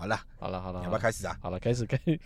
好了，你要不要开始啊？ 好了，开始。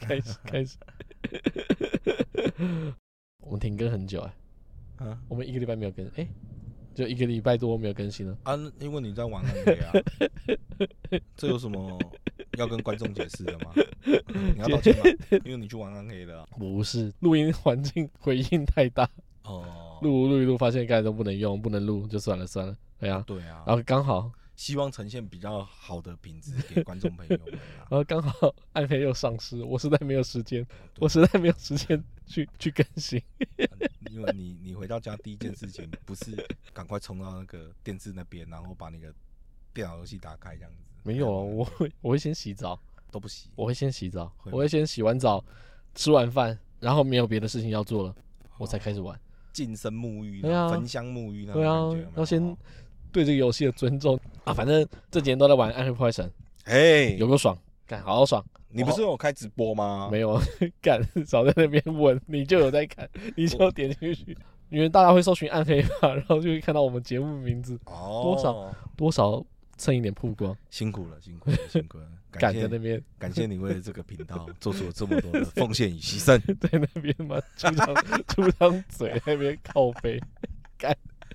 我们停更很久我们1个礼拜没有更，就1个礼拜多没有更新了啊，因为你在玩暗黑啊，这有什么要跟观众解释的吗？你要道歉吗？因为你去玩暗黑了不是，录音环境回音太大哦， 录一录，发现刚才都不能用，不能录，就算了。对啊，然后刚好希望呈现比较好的品质给观众朋友们然后刚好暗黑又上市，我实在没有时间去更新。 因为你回到家第一件事情不是赶快冲到那个电视那边，然后把你的电脑游戏打开这样子。 没有，我会先洗澡， 都不洗。 我会先洗澡，我会先洗完澡，吃完饭，然后没有别的事情要做了，我才开始玩。 净身沐浴，焚香沐浴那种感觉。要先对这个游戏的尊重啊！反正这几天都在玩《暗黑破坏神》，有够爽，干好爽！ 你不是有开直播吗？ 没有，干少在那边问，你就有在看，你就点进去，因为大家会搜寻暗黑嘛，然后就会看到我们节目名字，多少蹭一点曝光， 辛苦了。 干在那边， 感谢你为了这个频道做出了这么多的奉献与牺牲， 在那边嘛，出张嘴在那边靠背，干。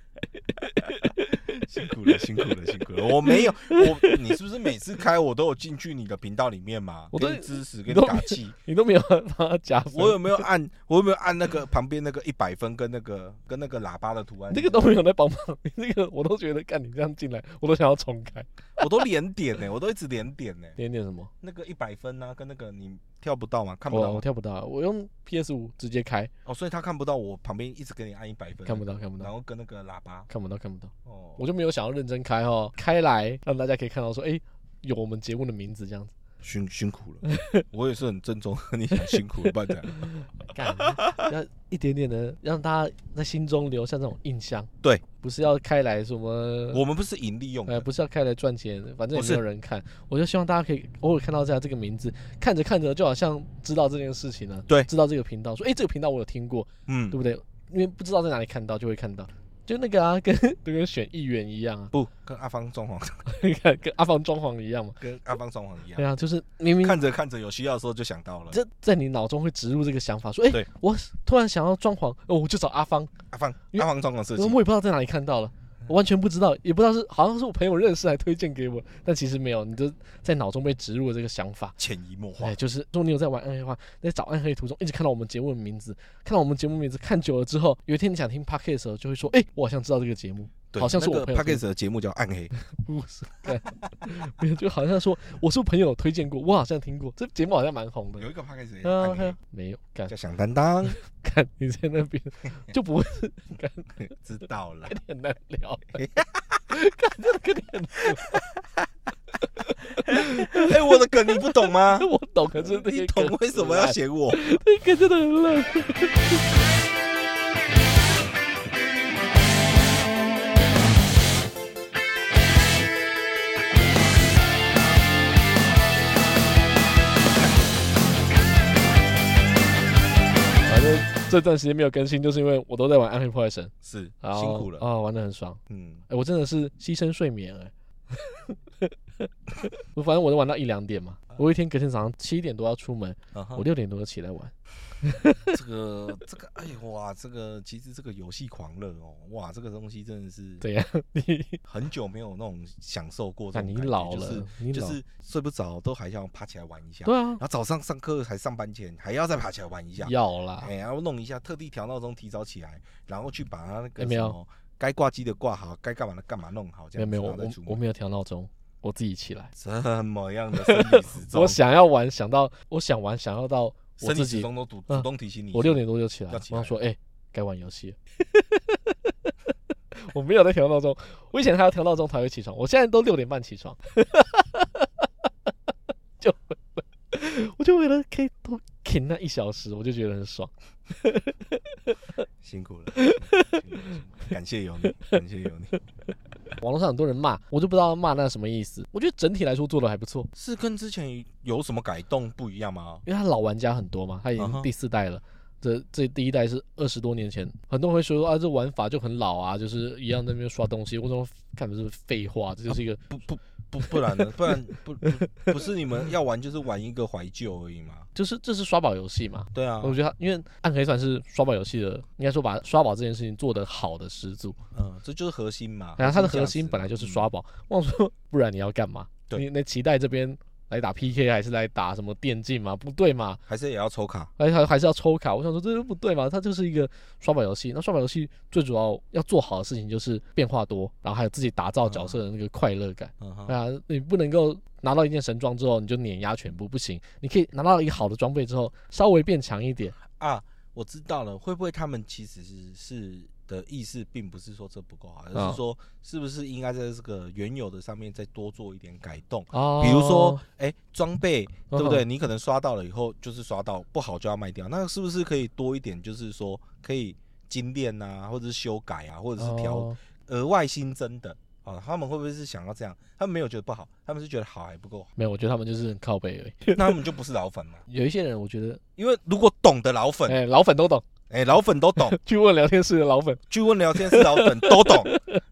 辛苦了！我没有，你是不是每次开我都有进去你的频道里面嘛？我给你支持，给你打气， 你都没有帮他加分。 我有没有按那个旁边那个100分跟那个喇叭的图案？ 这个都没有在帮忙，你这个我都觉得，干你这样进来，我都想要重开。 我都连点我都一直连点连点什么？ 那个100分啊，跟那个你跳不到吗？看不到， 我跳不到，我用 PS5 直接开。 所以他看不到我旁边一直给你按100分， 看不到。 然后跟那个喇叭看不到。我就没有想要认真开来让大家可以看到说，有我们节目的名字这样子。 辛苦了，我也是很郑重和你讲辛苦了，不然这样。 干，要一点点的让大家在心中留下这种印象。 对， 不是要开来什么， 我们不是盈利用的， 不是要开来赚钱，反正也没有人看。我就希望大家可以偶尔看到这个名字，看着就好像知道这件事情了。 对， 知道这个频道，说这个频道我有听过，对不对？因为不知道在哪里看到，就会看到。就那个跟选议员一样不跟阿芳装潢， 跟阿芳装潢一样嘛？ 跟阿芳装潢一样。 对啊，就是明明看着有需要的时候就想到了， 这在你脑中会植入这个想法，说我突然想要装潢，我就找阿芳装潢设计。 我也不知道在哪里看到了，我完全不知道，也不知道好像是我朋友认识还推荐给我，但其实没有，你就在脑中被植入了这个想法， 潜移默化。 就是说你有在玩暗黑的话，在找暗黑途中一直看到我们节目的名字，看久了之后，有一天你想听 Podcast 的时候，就会说，我好像知道这个节目，好像是我朋友。 Podcast 的节目叫暗黑， 不是，没有，就好像说我是我朋友推荐过，我好像听过，这节目好像蛮红的。 有一个 Podcast 暗黑， 没有， 叫想担当。 看你在那边就不会知道了， 跟你很难聊，看真的跟你很难聊。 我的梗你不懂吗？ 我懂，可是你懂为什么要嫌我？ 这个真的很烂。这段时间没有更新，就是因为我都在玩《暗黑破坏神》， 是辛苦了啊，玩得很爽。我真的是牺牲睡眠反正我都玩到1、2点嘛。我一天隔天早上7点多要出门，我6点多就起来玩。 这个，哇，其实这个游戏狂热哇，这个东西真的是对呀，你很久没有那种享受过这种感觉。你老了， 就是睡不着都还想爬起来玩一下。 对啊， 然后早上上课还上班前还要再爬起来玩一下。 要啦， 然后弄一下，特地调闹钟提早起来，然后去把它那个什么该挂机的挂好，该干嘛的干嘛弄好。这样没有，我没有调闹钟。我自己起来， 什么样的生理时钟？ 我想要玩，想要到我自己生理时钟都主动提醒你。 我6点多就起来，然后说，该玩游戏了。我没有在调闹钟，我以前还要调闹钟才会起床，我现在都6点半起床，我就为了可以多啃那1小时，我就觉得很爽。 辛苦了，感谢有你。 网络上很多人骂，我就不知道骂那什么意思。我觉得整体来说做的还不错， 是跟之前有什么改动不一样吗？ 因为他老玩家很多嘛，他已经第4代了。这第1代是20多年前，很多人会说这玩法就很老啊，就是一样在那边刷东西。我说看的是废话，这就是一个不然呢？不然不是你们要玩就是玩一个怀旧而已嘛？ 就是这是刷宝游戏嘛？ 对啊， 我觉得因为暗黑算是刷宝游戏的，应该说把刷宝这件事情做得好的始祖。 这就是核心嘛。 然后它的核心本来就是刷宝。我想说，不然你要干嘛？你那期待这边来打 PK 还是来打什么电竞嘛？不对嘛？ 还是也要抽卡？ 还是要抽卡？我想说这不对嘛？它就是一个刷宝游戏。那刷宝游戏最主要要做好的事情就是变化多，然后还有自己打造角色的那个快乐感。你不能够拿到一件神装之后你就碾压全部，不行。你可以拿到一个好的装备之后，稍微变强一点啊。我知道了，会不会他们其实是的意思，并不是说这不够好，而是说是不是应该在这个原有的上面再多做一点改动？比如说，装备对不对？你可能刷到了以后，就是刷到不好就要卖掉，那是不是可以多一点？就是说可以精炼啊，或者是修改啊，或者是调额外新增的。他们会不会是想要这样？他们没有觉得不好，他们是觉得好还不够好。 没有，我觉得他们就是很靠北而已。 那他们就不是老粉嘛？ 有一些人，我觉得， 因为如果懂的老粉， 老粉都懂， 老粉都懂。 去问聊天室的老粉， 去问聊天室老粉都懂，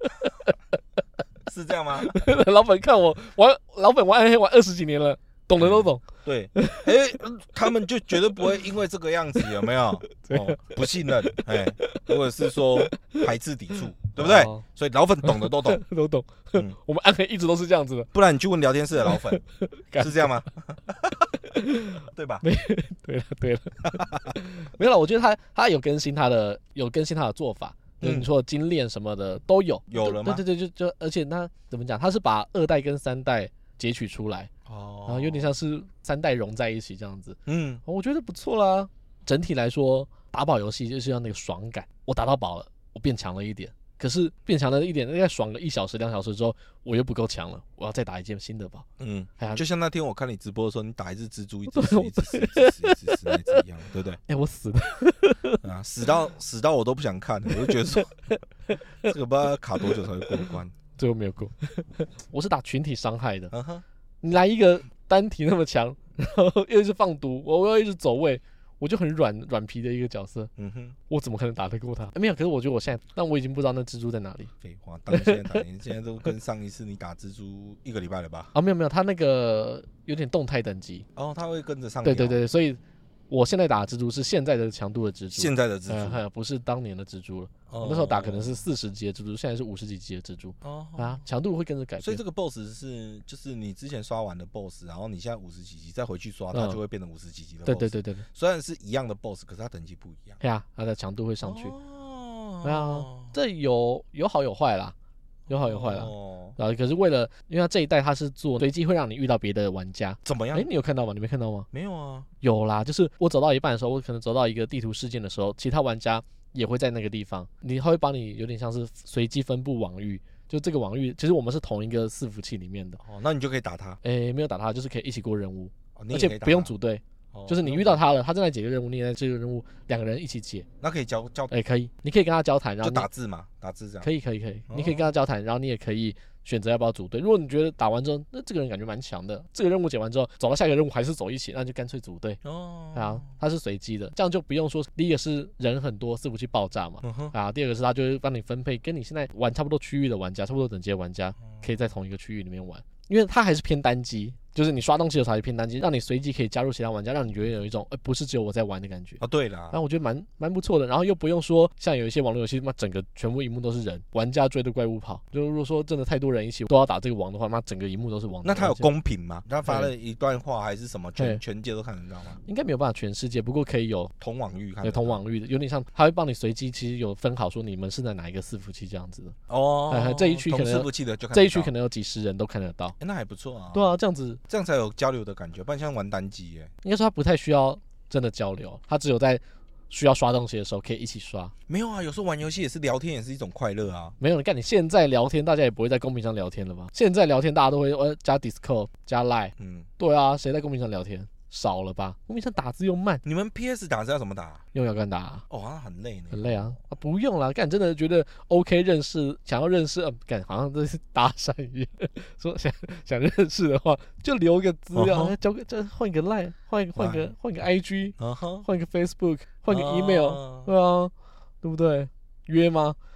是这样吗？ 老粉看我玩，老粉玩暗黑玩20几年了。懂的都懂， 对，他们就绝对不会因为这个样子，有没有？不信任，或者是说排斥抵触，对不对？所以老粉懂的都懂， 都懂。我们暗黑一直都是这样子的， 不然你去问聊天室的老粉，是这样吗？对吧？ 对了，没有了。我觉得他有更新他的做法。你说精炼什么的都有了吗？ 对，就而且他怎么讲？他是把2代跟3代截取出来。然后有点像是3代融在一起这样子，我觉得不错啦。整体来说，打宝游戏就是要那个爽感。我打到宝了，我变强了一点，可是变强了一点，大概爽个1小时2小时之后，我又不够强了，我要再打一件新的宝。 就像那天我看你直播的时候，你打一只蜘蛛，一直死那只一样，对不对？ 我死了， 死到我都不想看了，我就觉得说这个不知道卡多久才会过关， 最后没有过。我是打群体伤害的。你来一个单体那么强，然后又是放毒，我又一直走位，我就很软皮的一个角色。我怎么可能打得过他？没有，可是我觉得我现在，但我已经不知道那蜘蛛在哪里。 废话，当现在打，你现在都跟上一次你打蜘蛛1个礼拜了吧？ 没有，他那个有点动态等级。 他会跟着上。 对，所以我现在打的蜘蛛是现在的强度的蜘蛛， 现在的蜘蛛， 不是当年的蜘蛛了。我那时候打可能是40级的蜘蛛，现在是50几级的蜘蛛。强度会跟着改变。 所以这个 BOSS 就是你之前刷完的 BOSS， 然后你现在50几级再回去刷，它就会变成50几级的 BOSS。 对。 虽然是一样的 BOSS， 可是它等级不一样。 它的强度会上去。这有好有坏啦。有好有坏啦。可是因为它这一代它是做随机会让你遇到别的玩家。 怎么样？ 你有看到吗？你没看到吗？ 没有啊。 有啦，就是我走到一半的时候，我可能走到一个地图事件的时候，其他玩家也会在那个地方，他会帮你有点像是随机分布网域。就这个网域，其实我们是同一个伺服器里面的。 那你就可以打他。 没有打他，就是可以一起过任务，而且不用组队。就是你遇到他了，他正在解个任务，你也在这个任务，2个人一起解。 那可以交可以，你可以跟他交谈，然后就打字嘛，打字这样。 可以，你可以跟他交谈，然后你也可以选择要不要组队。如果你觉得打完之后，那这个人感觉蛮强的，这个任务解完之后，走到下一个任务还是走一起，那就干脆组队。它是随机的，这样就不用说第一个是人很多，伺服器爆炸嘛。第二个是他就会帮你分配跟你现在玩差不多区域的玩家，差不多等级的玩家，可以在同一个区域里面玩，因为它还是偏单机。就是你刷东西的时候还是偏单机，让你随机可以加入其他玩家，让你觉得有一种不是只有我在玩的感觉。 对啦， 然后我觉得蛮不错的，然后又不用说像有一些网络游戏，整个全部萤幕都是人，玩家追着怪物跑。就如果说真的太多人一起都要打这个网的话，整个萤幕都是网。 那他有公平吗？他发了一段话还是什么，全界都看得到吗？ 应该没有办法全世界，不过可以有同网域看。 对，同网域的，有点像他会帮你随机，其实有分好说你们是在哪一个伺服器这样子的。这一区可能同伺服器的就看得到， 这一区可能有几十人都看得到。 那还不错啊。 对啊，这样才有交流的感觉，不然像玩单机耶。 应该说他不太需要真的交流，他只有在需要刷东西的时候可以一起刷。 没有啊，有时候玩游戏也是聊天，也是一种快乐啊。 没有，你现在聊天，大家也不会在公屏上聊天了吧？现在聊天大家都会加 Discord 加 Line。对啊，谁在公屏上聊天？少了吧？公屏上打字又慢。 你们 PS 打字要怎么打？ 用摇杆打。 那很累呢。 很累啊！不用啦，真的觉得 OK 认识，想要认识，好像这是搭讪一样。说想认识的话，就留个资料，交个换一个 Line， 换一个 IG， 换一个 Facebook， 换一个 email，对啊，对不对？约吗？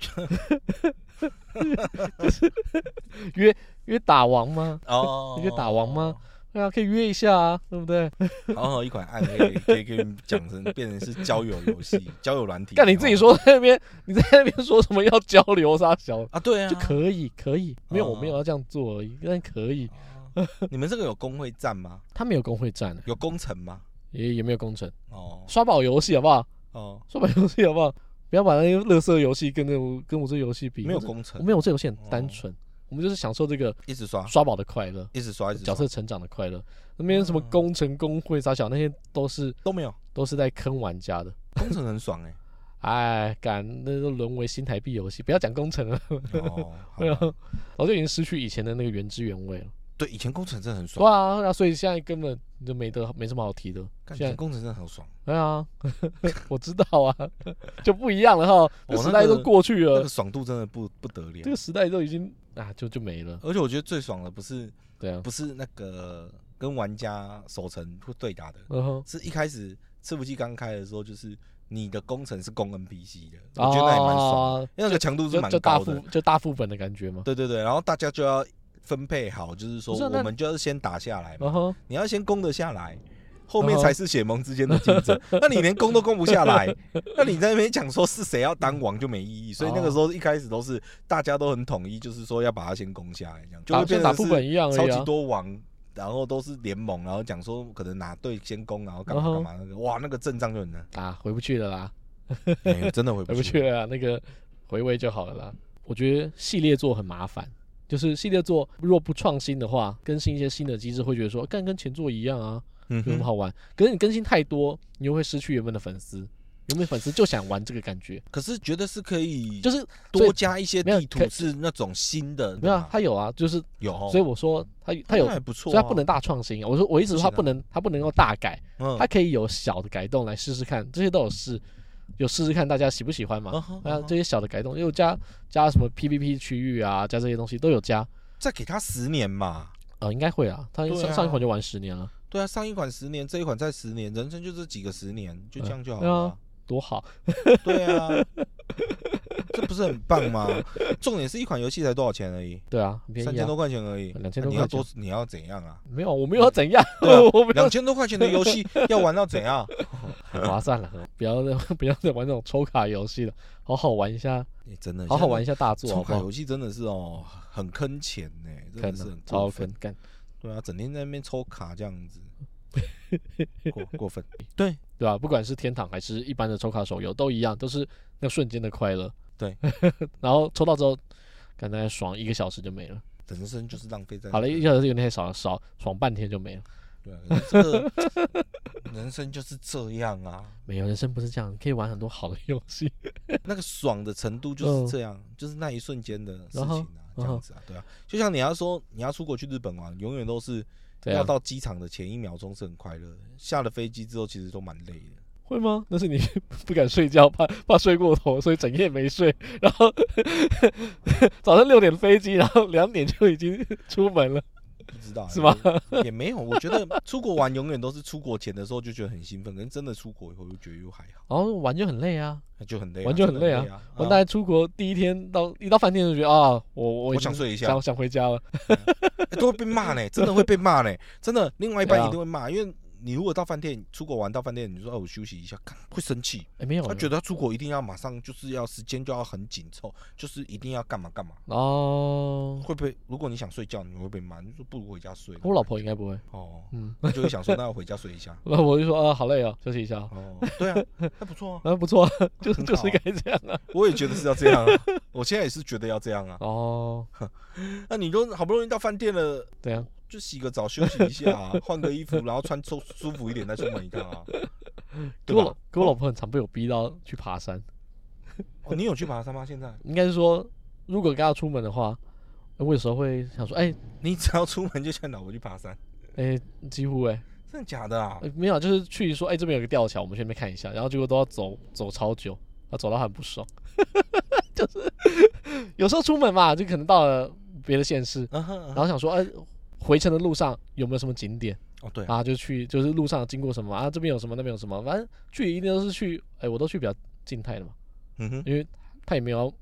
就是约打王吗？约打王吗？对啊，可以约一下啊，对不对？ 好一款暗黑可以讲成变成是交友游戏、交友软体。 干你自己说在那边，你在那边说什么要交流啥小啊？对啊， 就可以，没有，我没有要这样做而已，但可以。 你们这个有工会战吗？ 他没有工会战， 有工程吗？ 也没有工程。刷宝游戏好不好？刷宝游戏好不好？不要把那些垃圾游戏跟我这游戏比。 没有工程， 我没有这游戏很单纯。我们就是享受这个一直刷宝的快乐， 一直刷角色成长的快乐。那边什么工程工会啥小那些都没有，都是在坑玩家的。 工程很爽干那都沦为新台币游戏，不要讲工程了。我就已经失去以前的那个原汁原味了。 对，以前工程真的很爽。 对啊，所以现在根本就没什么好提的。 以前工程真的很爽。 对啊，我知道啊，就不一样了哈。这时代都过去了， 那个爽度真的不得了。 这个时代都已经就没了。 而且我觉得最爽的不是不是那个跟玩家守城会对打的，是一开始伺服器刚开的时候，就是你的工程是攻 NPC 的，我觉得那也蛮爽的，因为那个强度是蛮高的， 就大副本的感觉嘛。 对，然后大家就要分配好，就是说我们就要先打下来嘛，你要先攻得下来，后面才是血盟之间的竞争。那你连攻都攻不下来，那你在那边讲说是谁要当王就没意义。所以那个时候一开始都是大家都很统一，就是说要把它先攻下来，这样就会变成是超级多王，然后都是联盟，然后讲说可能哪队先攻，然后干嘛那个，哇，那个阵仗就很难回不去了啦。 真的回不去了啦，那个回味就好了啦。我觉得系列作很麻烦。就是系列作若不创新的话，更新一些新的机制，会觉得说跟前作一样啊，有什么好玩？可是你更新太多，你又会失去原本的粉丝。原本粉丝就想玩这个感觉， 可是觉得是可以， 就是多加一些地图是那种新的。 没有，他有啊，就是有。 所以我说他有还不错， 所以他不能大创新。我一直说他不能够大改，他可以有小的改动来试试看，这些都有试试看大家喜不喜欢嘛？这些小的改动又加什么 PVP 区域啊，加这些东西都有加。 再给他10年嘛？ 应该会啊。他上一款就玩10年了。 对啊，上一款10年，这一款再10年，人生就是几个10年，就这样就好了。 多好。 对啊，这不是很棒吗？重点是一款游戏才多少钱而已？ 对啊 ，3000多块钱而已。 2000多块钱， 你要怎样啊？ 没有，我没有要怎样。 2000多块钱的游戏要玩到怎样？ 很划算了，不要再玩那种抽卡游戏了，好好玩一下。 真的， 好好玩一下大作。 抽卡游戏真的是很坑钱呢，真的是很超坑干。 对啊，整天在那边抽卡这样子。过分， 对吧？不管是天堂还是一般的抽卡手游都一样，都是那瞬间的快乐。 对， 然后抽到之后，感觉爽1个小时就没了。 人生就是浪费在好了，1小时有点少，爽半天就没了。 对啊，这个人生就是这样啊。 没有，人生不是这样，可以玩很多好的游戏。 那个爽的程度就是这样，就是那一瞬间的事情啊，这样子啊，对啊。就像你要说你要出国去日本玩，永远都是。要到机场的前1秒钟是很快乐的，下了飞机之后其实都蛮累的。 会吗？那是你不敢睡觉，怕睡过头，所以整夜没睡。然后早上6点飞机，然后2点就已经出门了。 不知道是吗？ 也没有，我觉得出国玩永远都是出国前的时候就觉得很兴奋，可是真的出国以后就觉得又还好。 玩就很累啊， 就很累， 玩就很累啊。我大概出国第1天一到饭店就觉得我想睡一下， 想回家了。 都会被骂呢，真的会被骂呢，真的。另外一半一定会骂，因为你如果到饭店出国玩到饭店，你说我休息一下，会生气。 没有， 他觉得他出国一定要马上就是要时间就要很紧凑，就是一定要干嘛。会不会？如果你想睡觉，你会被骂，你说不如回家睡。 我老婆应该不会。 那就会想说那我回家睡一下。 那我就说好累哦，休息一下。 对啊，那不错啊，不错，就是该这样啊。 我也觉得是要这样啊，我现在也是觉得要这样啊。那你都好不容易到饭店了， 对啊。 就洗个澡休息一下，换个衣服，然后穿舒服一点再出门一趟啊。 跟我老婆很常被我逼到去爬山。 你有去爬山吗？现在应该是说，如果跟她出门的话，我有时候会想说， 你只要出门就牵老婆去爬山。 几乎真的假的啊？ 没有，就是去说，这边有个吊桥，我们去那边看一下，然后结果都要走超久，走到很不爽。就是有时候出门嘛，就可能到了别的县市，然后想说，回程的路上有没有什么景点？ 对啊，就是路上经过什么这边有什么，那边有什么，反正去一定都是去，我都去比较静态的嘛。因为他也没有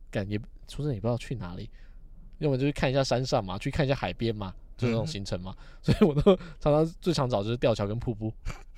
也说真的也不知道去哪里，要么就是看一下山上嘛，去看一下海边嘛，就这种行程嘛，所以我都常常最常找就是吊桥跟瀑布。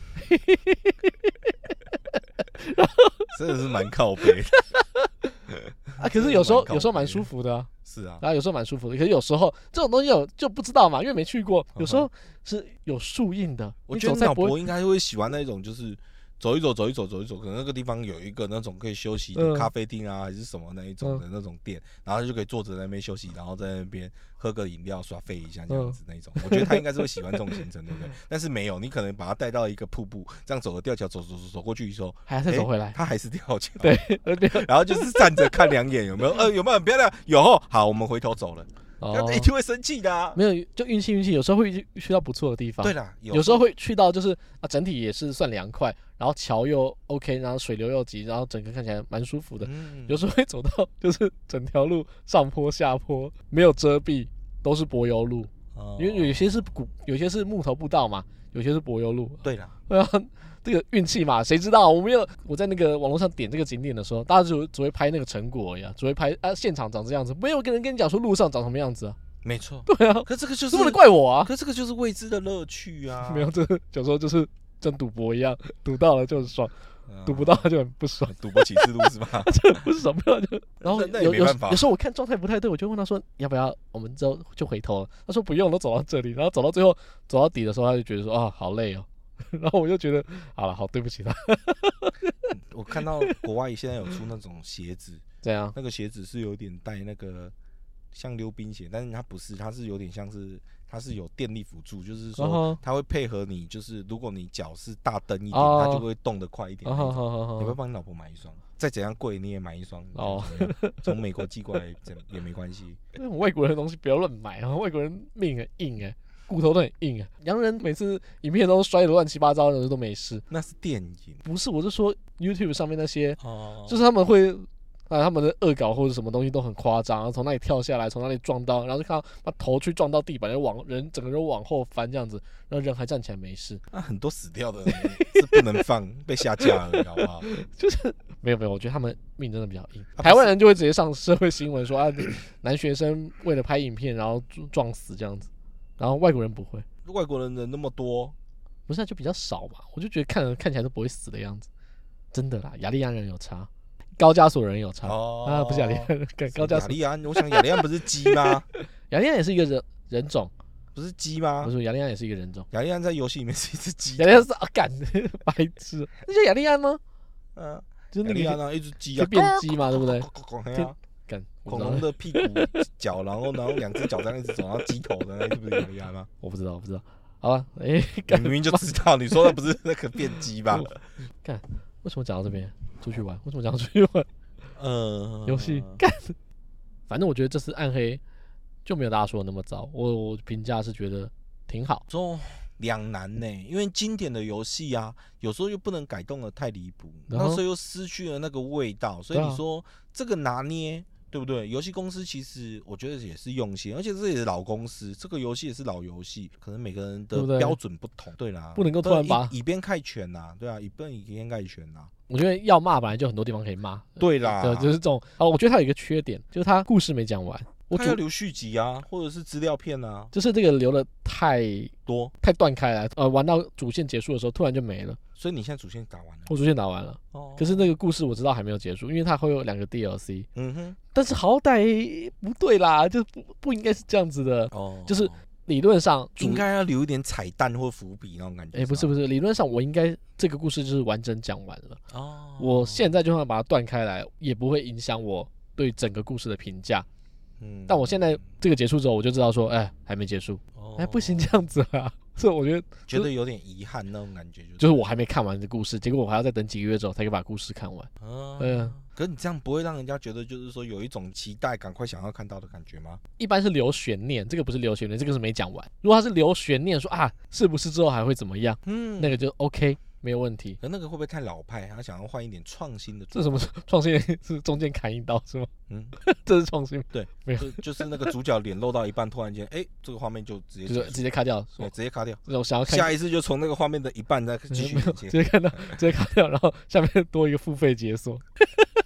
真的是蛮靠北的啊，可是有时候蛮舒服的啊。 是啊， 然后有时候蛮舒服的，可是有时候这种东西就不知道嘛，因为没去过，有时候是有树荫的。 我觉得老婆应该会喜欢那种，就是走一走，可能那个地方有一个那种可以休息的咖啡厅啊，还是什么那一种的那种店，然后就可以坐着在那边休息，然后在那边喝个饮料耍废一下这样子那一种。我觉得他应该是会喜欢这种行程，对不对？但是没有，你可能把他带到一个瀑布，这样走个吊桥，走过去的时候， 还要再走回来， 他还是吊桥。 对， 然后就是站着看2眼，有没有？有没有很漂亮？有，好，我们回头走了。一定会生气的啊！ 没有，就运气，有时候会去到不错的地方。 对啦， 有时候会去到就是整体也是算凉快，然后桥又 OK， 然后水流又急，然后整个看起来蛮舒服的。有时候会走到就是整条路上坡下坡，没有遮蔽，都是柏油路，因为有些是木头步道嘛，有些是柏油路。 对啦， 对啊。这个运气嘛，谁知道？我在那个网络上点这个景点的时候，大家只会拍那个成果而已，只会拍现场长这样子，没有人跟你讲说路上长什么样子啊。 没错， 对啊， 可这个就是不能怪我啊。 可这个就是未知的乐趣啊。 没有，这有时候就是跟赌博一样，赌到了就很爽，赌不到就很不爽。 赌博启示录是吧？ 这不是什么就，然后那也没办法。 有时候我看状态不太对，我就问他说要不要我们之后就回头了。他说不用，都走到这里，然后走到最后走到底的时候，他就觉得说啊好累哦。然后我就觉得好了，好对不起他。 我看到国外现在有出那种鞋子， 怎样？ 那个鞋子是有点带那个像溜冰鞋，但是它不是，它是有点像是它是有电力辅助，就是说它会配合你，就是如果你脚是大蹬一点，它就会动得快一点。你会不会帮你老婆买一双？再怎样贵你也买一双哦，从美国寄过来也没关系。 那种外国人的东西不要乱买啊，外国人命很硬哎。骨头都很硬啊，洋人每次影片都摔得乱七八糟的都没事。 那是电影， 不是，我是说 YouTube 上面那些，就是他们会他们的恶搞或者什么东西都很夸张，然后从那里跳下来，从那里撞到，然后就看到他头去撞到地板，整个人往后翻这样子，然后人还站起来没事。 很多死掉的是不能放，被下架了，好不好？ 就是没有，我觉得他们命真的比较硬。台湾人就会直接上社会新闻说男学生为了拍影片然后撞死这样子。然后外国人不会， 外国人那么多， 不是就比较少嘛？我就觉得看起来都不会死的样子，真的啦。雅利安人有差，高加索人有差不是雅利安人，高加索。 雅利安，我想雅利安不是鸡吗？ 雅利安也是一个人种， 不是鸡吗？ 不是，雅利安也是一个人种。 雅利安在游戏里面是一只鸡。 雅利安是干白痴，那叫雅利安吗？ 就是那个雅利安一只鸡啊， 变鸡嘛，对不对？ 恐龙的屁股、脚，然后2只脚这样一直走，然后鸡头的那不是雅利安吗？ 我不知道。好吧，你明明就知道，你说的不是那个变鸡吧？ 干，为什么讲到这边出去玩？为什么讲到出去玩？游戏干，反正我觉得这次暗黑就没有大家说的那么糟，我评价是觉得挺好。 两难呢，因为经典的游戏啊，有时候又不能改动的太离谱，那时候又失去了那个味道，所以你说这个拿捏，对不对？游戏公司其实我觉得也是用心，而且这也是老公司，这个游戏也是老游戏，可能每个人的标准不同，对啦， 不能够突然把以偏概全呐，对啊，以偏概全呐。 我觉得要骂本来就很多地方可以骂， 对啦， 对，就是这种。我觉得它有一个缺点，就是它故事没讲完。 他要留续集啊，或者是资料片啊， 就是这个留的太多、 太断开来，玩到主线结束的时候，突然就没了。 所以你现在主线打完了？ 我主线打完了，可是那个故事我知道还没有结束，因为它会有2个 DLC。但是好歹不对啦，就不应该是这样子的。就是理论上应该要留一点彩蛋或伏笔那种感觉。 不是，理论上我应该这个故事就是完整讲完了。我现在就算把它断开来，也不会影响我对整个故事的评价。但我现在这个结束之后，我就知道说，还没结束，不行这样子啊，所以我觉得有点遗憾那种感觉， 就是我还没看完的故事，结果我还要再等几个月之后才可以把故事看完。 可是你这样不会让人家觉得就是说有一种期待，赶快想要看到的感觉吗？ 一般是留悬念，这个不是留悬念，这个是没讲完。如果他是留悬念，说是不是之后还会怎么样，那个就 OK。没有问题， 可那个会不会太老派？他想要换一点创新的。 这什么创新？是中间砍一刀是吗？这是创新。 对，没有，就是那个主角脸露到一半，突然间，这个画面就直接卡掉， 对，直接卡掉。 我想要看下一次就从那个画面的一半再继续直接看到，直接卡掉，然后下面多一个付费解锁。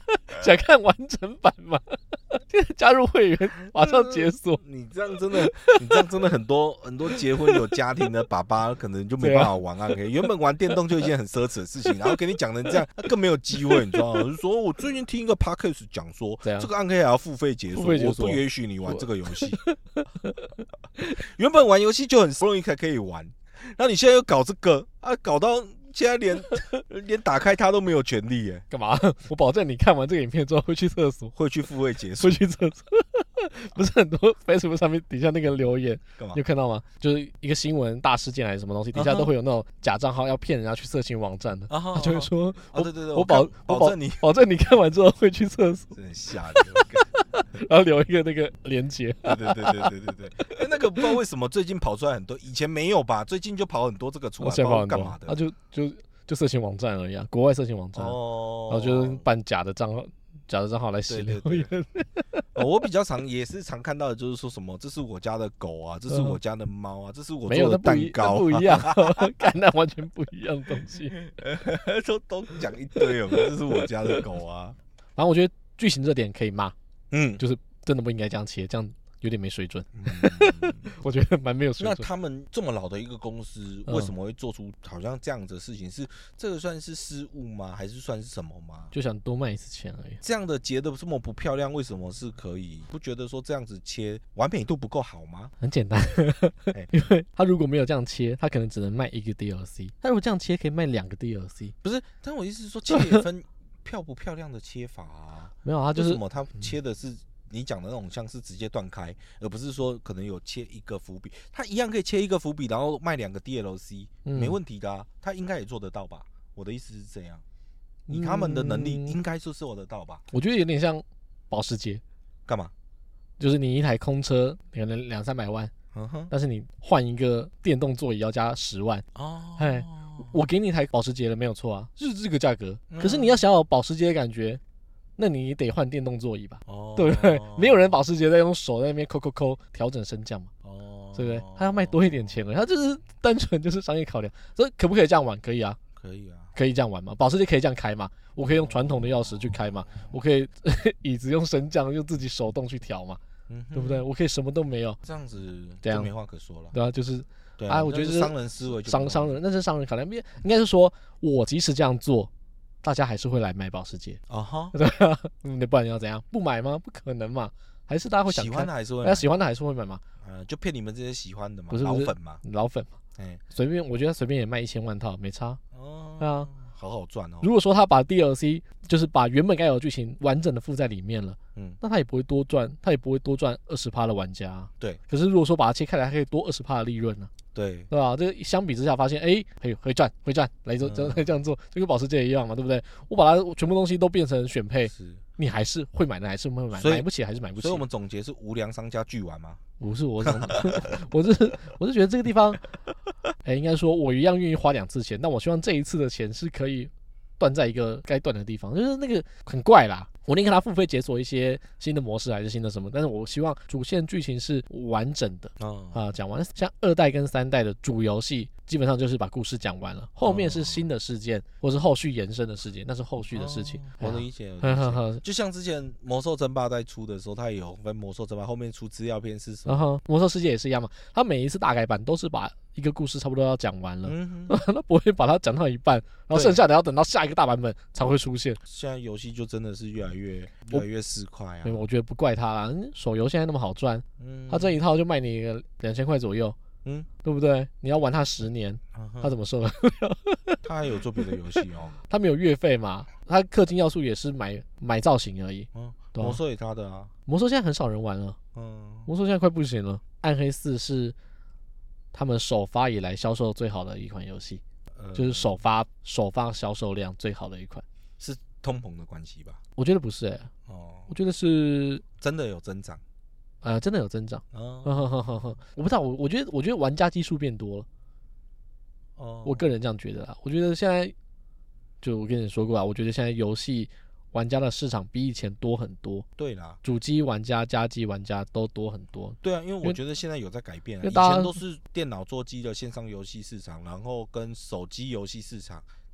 想看完整版吗？现在加入会员马上解锁。 你这样真的很多结婚有家庭的爸爸可能就没办法玩暗黑。原本玩电动就一件很奢侈的事情，然后给你讲成这样，更没有机会，你知道吗？就是说我最近听一个 podcast 讲说，这个暗黑还要付费解锁，我不允许你玩这个游戏。原本玩游戏就很容易才可以玩，然后你现在又搞这个啊，搞到现在连打开它都没有权利耶！ 干嘛？我保证你看完这个影片之后会去厕所， 会去付费解锁， 会去厕所。不是很多 Facebook 上面底下那个留言，你有看到吗？就是一个新闻大事件还是什么东西，底下都会有那种假账号要骗人家去色情网站的，他就会说， 对， 我保证你看完之后会去厕所， 真的吓人。 然后留一个那个连结。 对，那个不知道为什么最近跑出来很多，以前没有吧？最近就跑很多这个出来，不知道干嘛的？ 他就色情网站而已啊，国外色情网站，然后就是办假的账号来洗留言。 我比较也是常看到的，就是说什么这是我家的狗啊，这是我家的猫啊，这是我做的蛋糕， 不一样，那完全不一样的东西， 都讲一堆有没有？这是我家的狗啊。 然后我觉得剧情这点可以骂，就是真的不应该这样切，这样有点没水准。我觉得蛮没有水准。 那他们这么老的一个公司，为什么会做出好像这样子的事情？是这个算是失误吗？还是算是什么吗？ 就想多卖一次钱而已。 这样的结的这么不漂亮，为什么是可以？不觉得说这样子切完美度不够好吗？ 很简单，因为他如果没有这样切，他可能只能卖一个 DLC。他如果这样切，可以卖2个 DLC。 不是，但我意思是说，切也分漂不漂亮的切法啊。 没有，他就是为什么他切的是？你讲的那种像是直接断开，而不是说可能有切一个伏笔，他一样可以切一个伏笔，然后卖2个 DLC，没问题的啊，他应该也做得到吧？我的意思是这样，以他们的能力，应该是做得到吧？ 我觉得有点像保时捷， 干嘛？ 就是你一台空车可能200-300万，但是你换一个电动座椅要加10万哦。我给你一台保时捷了，没有错啊，就是这个价格。可是你要想有保时捷的感觉。那你得换电动座椅吧，对不对？没有人保时捷在用手在那边抠调整升降嘛，对不对？他要卖多一点钱而已，他就是单纯就是商业考量。所以可不可以这样玩？可以啊，可以这样玩吗？保时捷可以这样开吗？我可以用传统的钥匙去开吗？我可以椅子用升降用自己手动去调吗？对不对？我可以什么都没有， 这样子就没话可说了。 对啊，就是我觉得是商人思维， 商人那是商人考量，应该是说我即使这样做。大家还是会来买保时捷对啊，不然要怎样？不买吗？不可能嘛，还是大家会想看， 喜欢的还是会买， 大家喜欢的还是会买嘛， 就骗你们这些喜欢的嘛， 不是老粉嘛，随便我觉得随便也卖1000万套没差，对啊， 好赚哦。 如果说他把 DLC 就是把原本该有的剧情完整的附在里面了，那他也不会多赚20%的玩家， 对。 可是如果说把它切开来，还可以多20%的利润呢。对吧？这个相比之下发现，会赚，来这样做，就跟保时捷一样嘛，对不对？我把它全部东西都变成选配，你还是会买的，还是会买，买不起还是买不起。 所以我们总结是无良商家巨玩吗？ 不是我是觉得这个地方，应该说我一样愿意花2次钱，但我希望这一次的钱是可以断在一个该断的地方，就是那个很怪啦。我宁可他付费解锁一些新的模式还是新的什么，但是我希望主线剧情是完整的讲完。像2代跟3代的主游戏，基本上就是把故事讲完了，后面是新的事件或是后续延伸的事件，那是后续的事情。 我理解。就像之前魔兽争霸在出的时候，它也有分魔兽争霸，后面出资料片是什么？ 魔兽世界也是一样嘛，它每一次大改版都是把一个故事差不多要讲完了，他不会把它讲到一半，然后剩下的要等到下一个大版本才会出现。 现在游戏就真的是越来越市侩啊。 我觉得不怪他啦，手游现在那么好赚，他这一套就卖你个2000块左右，对不对？你要玩它10年，他怎么受得了？ 他还有做别的游戏哦， 他没有月费嘛，他氪金要素也是买造型而已。 魔兽也他的啊， 魔兽现在很少人玩了，魔兽现在快不行了。暗黑4是他们首发以来销售最好的一款游戏，就是首发销售量最好的一款。 是通膨的关系吧？ 我觉得不是我觉得是真的有增长， 真的有增长。我不知道，我觉得玩家基数变多了。我个人这样觉得啦。我觉得现在就我跟你说过我觉得现在游戏玩家的市场比以前多很多。 对啦， 主机玩家、家机玩家都多很多。 对啊，因为我觉得现在有在改变以前都是电脑桌机的线上游戏市场，然后跟手机游戏市场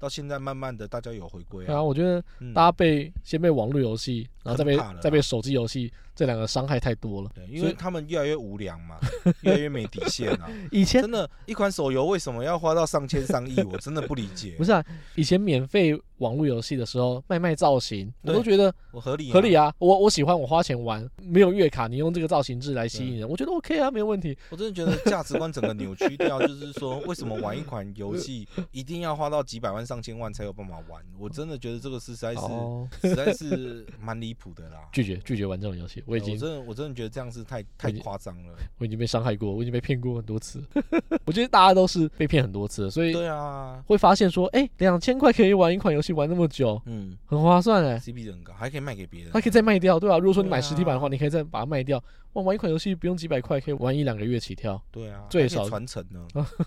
到现在慢慢的大家有回归啊。我觉得大家先被网络游戏，然后再被手机游戏这两个伤害太多了。 对，因为他们越来越无良嘛，越来越没底线啊。 以前真的，一款手游为什么要花到上千上亿？我真的不理解。 不是啊，以前免费网络游戏的时候卖造型，我都觉得我合理啊。我喜欢，我花钱玩，没有月卡，你用这个造型制来吸引人，我觉得 OK 啊，没有问题。 我真的觉得价值观整个扭曲掉，就是说为什么玩一款游戏一定要花到几百万上千万才有办法玩？我真的觉得这个实在是蛮离谱的啦。 拒绝玩这种游戏，我真的觉得这样是太夸张了。 我已经被伤害过，我已经被骗过很多次。我觉得大家都是被骗很多次，所以对啊， 会发现说，2000块可以玩一款游戏玩那么久，很划算 CP 很高，还可以卖给别人， 还可以再卖掉，对吧？如果说你买实体版的话，你可以再把它卖掉。玩一款游戏不用几百块，可以玩1-2个月起跳。 对啊， 最少传承呢。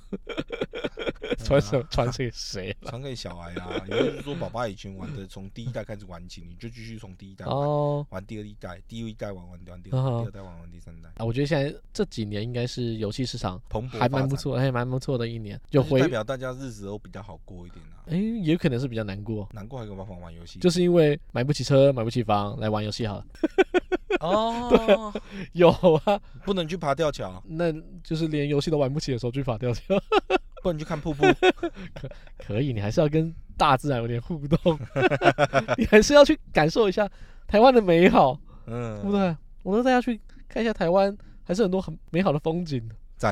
传给谁？ 传给小孩啊！也就是说，爸爸以前玩的，从第1代开始玩起，你就继续从第1代玩第2代，第1代玩第2代玩第3代。 我觉得现在这几年应该是游戏市场蓬勃， 还蛮不错，还蛮不错的一年， 代表大家日子都比较好过一点啊。 也可能是比较难过还有办法玩游戏， 就是因为买不起车、买不起房，来玩游戏好了。 哦， 有啊， 不能去爬吊桥， 那就是连游戏都玩不起的时候去爬吊桥。 不能去看瀑布， 可以，你还是要跟大自然有点互动，你还是要去感受一下台湾的美好，对不对？我让大家去看一下台湾，还是很多很美好的风景。 赞，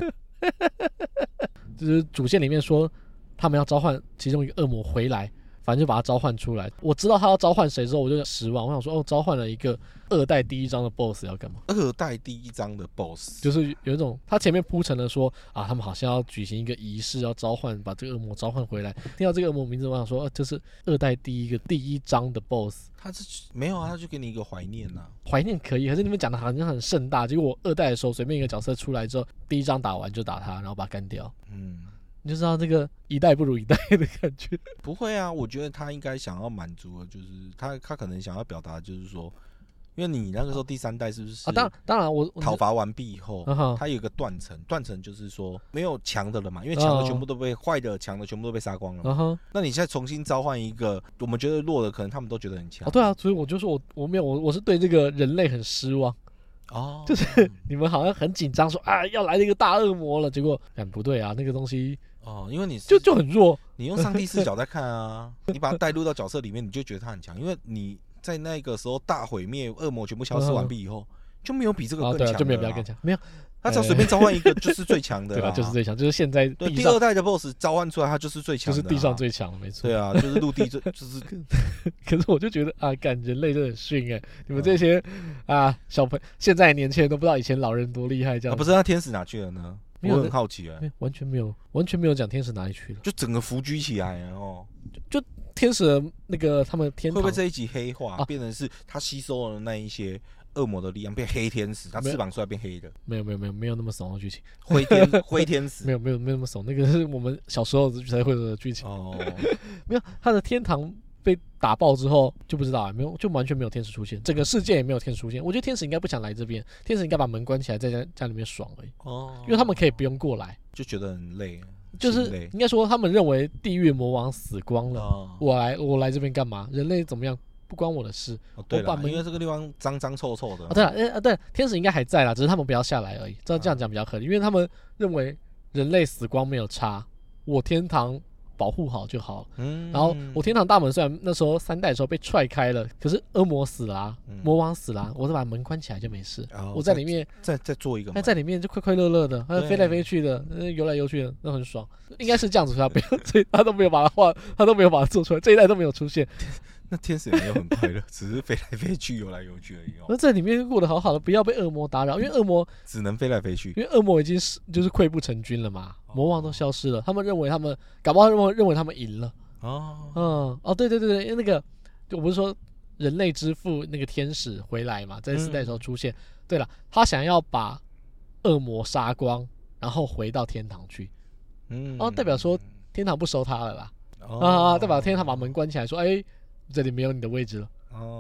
就是主线里面说他们要召唤其中一个恶魔回来。反正就把他召唤出来。我知道他要召唤谁之后，我就失望。我想说，召唤了一个2代第1章的 BOSS 要干嘛 ？2代第1章的 BOSS 就是有一种，他前面铺陈了说啊，他们好像要举行一个仪式，要召唤，把这个恶魔召唤回来。听到这个恶魔名字，我想说，这是2代第1章的 BOSS。 他是没有啊，他就给你一个怀念啊。 怀念可以，可是你们讲的好像很盛大。结果我2代的时候，随便一个角色出来之后，第1章打完就打他，然后把他干掉。你就知道这个1代不如1代的感觉。 不会啊，我觉得他应该想要满足的，就是他可能想要表达，就是说，因为你那个时候第3代是不是？ 当然我讨伐完毕以后，他有一个断层就是说没有强的了嘛，因为强的全部都被坏的，强的全部都被杀光了。那你现在重新召唤一个，我们觉得弱的，可能他们都觉得很强。 对啊，所以我就说我是对这个人类很失望。就是你们好像很紧张，说啊要来了一个大恶魔了，结果不对啊，那个东西。 因为你就很弱， 你用上帝视角在看啊，你把它带入到角色里面，你就觉得他很强，因为你在那个时候大毁灭，恶魔全部消失完毕以后，就没有比这个更强的， 就没有比他更强，没有， 他只要随便召唤一个就是最强的， 对吧？就是最强，就是现在对第2代的 BOSS 召唤出来，他就是最强的， 就是地上最强的，没错。 对啊，就是陆地就是。 可是我就觉得啊，人类真的很逊你们这些小朋友，现在年轻人都不知道以前老人多厉害，这样不是？那天使哪去了呢？我很好奇完全没有讲天使哪里去了， 就整个伏居起来了就天使的那个他们天堂会不会这一集黑化，变成是他吸收了那一些恶魔的力量，变黑天使，他翅膀出来变黑的？没有那么怂的剧情， 灰天使没有那么怂，那个是我们小时候才会的剧情没有他的天堂被打爆之后就不知道没有，就完全没有天使出现，整个世界也没有天使出现。我觉得天使应该不想来这边，天使应该把门关起来，在家里面爽而已。因为他们可以不用过来， 就觉得很累， 就是应该说他们认为地狱魔王死光了，我来这边干嘛？人类怎么样不关我的事。 对了，因为这个地方脏脏臭臭的。 对，天使应该还在啦，只是他们不要下来而已。这样讲比较合理，因为他们认为人类死光没有差，我天堂保护好就好。然后我天堂大门虽然那时候3代的时候被踹开了，可是恶魔死了魔王死了我再把门关起来就没事。我在里面再做一个门， 在里面就快快乐乐的，飞来飞去的，游来游去的，那很爽。应该是这样子，所以他都没有把它画，他都没有把它做出来，这一代都没有出现。 那天使也没有很快乐，只是飞来飞去、游来游去而已。 那在里面过得好好的，不要被恶魔打扰，因为恶魔只能飞来飞去， 因为恶魔已经就是溃不成军了嘛，魔王都消失了，他们认为搞不好认为他们赢了。对，那个我不是说人类之父那个天使回来嘛，在4代的时候出现。对了，他想要把恶魔杀光，然后回到天堂去。代表说天堂不收他了啦。代表天堂把门关起来，说这里没有你的位置了。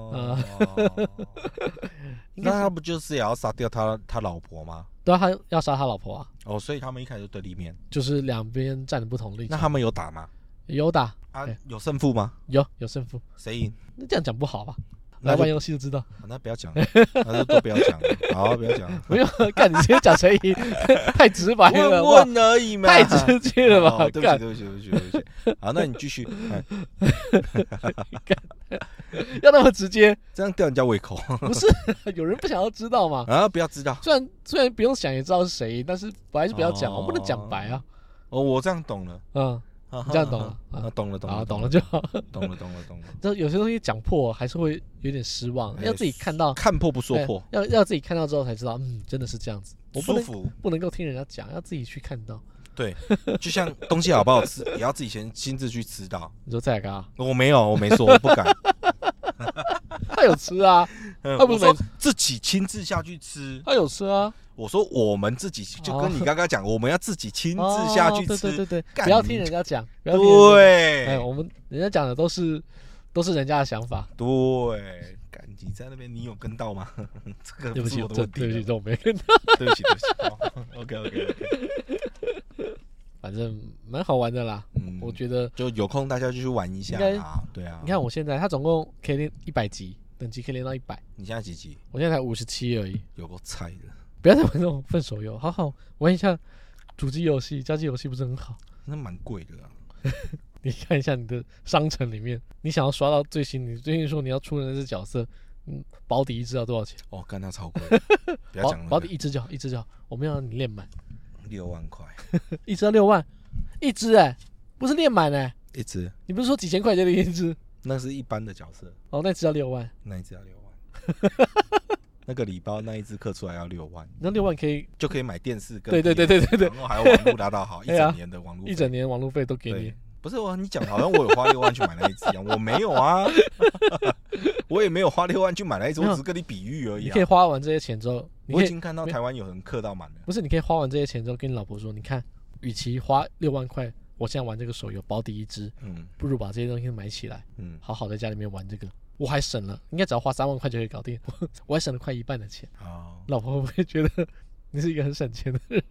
那他不就是也要杀掉他老婆吗？ 对啊，他要杀他老婆啊。 所以他们一开始就对立面， 就是两边站的不同立场。 那他们有打吗？ 有打啊，有胜负吗？ 有胜负， 谁赢？ 那这样讲不好吧？来玩游戏就知道。 那不要讲，那都不要讲，好，不要讲。 没有，干你直接讲谁赢，太直白了， 问而已嘛， 太直接了吧？ 对不起。好，那你继续。 要那么直接， 这样吊人家胃口。 不是，有人不想要知道嘛？ 啊，不要知道。 虽然不用想也知道是谁，但是本来就不要讲，我不能讲白啊。 我这样懂了。 你这样懂了？ 懂了懂了就好。 懂了。 这有些东西讲破还是会有点失望，要自己看到， 看破不说破， 要自己看到之后才知道，真的是这样子。我不能够听人家讲，要自己去看到。 对，就像东西好不好吃，也要自己先亲自去吃到。 你说再来个？ 我没有，我没说，我不敢。 他有吃啊，他不是说自己亲自下去吃， 他有吃啊。 我说我们自己就跟你刚刚讲，我们要自己亲自下去吃。 对，不要听人家讲。 对， 我们人家讲的都是人家的想法。 对，你在那边你有跟到吗？这个不是我的问题。 对不起，这我没跟到。 对不起。OK。 反正蛮好玩的啦，我觉得就有空大家就去玩一下啦。对啊， 你看我现在，他总共可以练100级，等级可以练到100。 你现在几级？ 我现在才57而已。 有够菜的！ 不要再玩这种分手游，好玩一下主机游戏、家机游戏不是很好？ 那蛮贵的啊。 你看一下你的商城里面，你想要刷到最新，你最近说你要出的那只角色，保底一只要多少钱？ 干那超贵。不要讲了。 保底一只就好，我们要让你练满。 6万块， 一只要6万，一只不是练满一只。 你不是说几千块就练一只？ 那是一般的角色。 那只要6万， 那一只要6万。那个礼包那一只刻出来要6万， 那6万就可以买电视跟对， 然后还有网络达到好，一整年的网络， 一整年网络费都给你。 不是你讲好像我有花6万去买那一只一样，我没有啊，我也没有花6万去买那一只，我只是跟你比喻而已。 你可以花完这些钱之后， 我已经看到台湾有人刻到满了。 不是，你可以花完这些钱之后跟你老婆说，你看，与其花6万块，我现在玩这个手游保底一只，不如把这些东西买起来，好好在家里面玩这个。我还省了，应该只要花3万块就可以搞定，我还省了快1半的钱。老婆会不会觉得你是一个很省钱的人？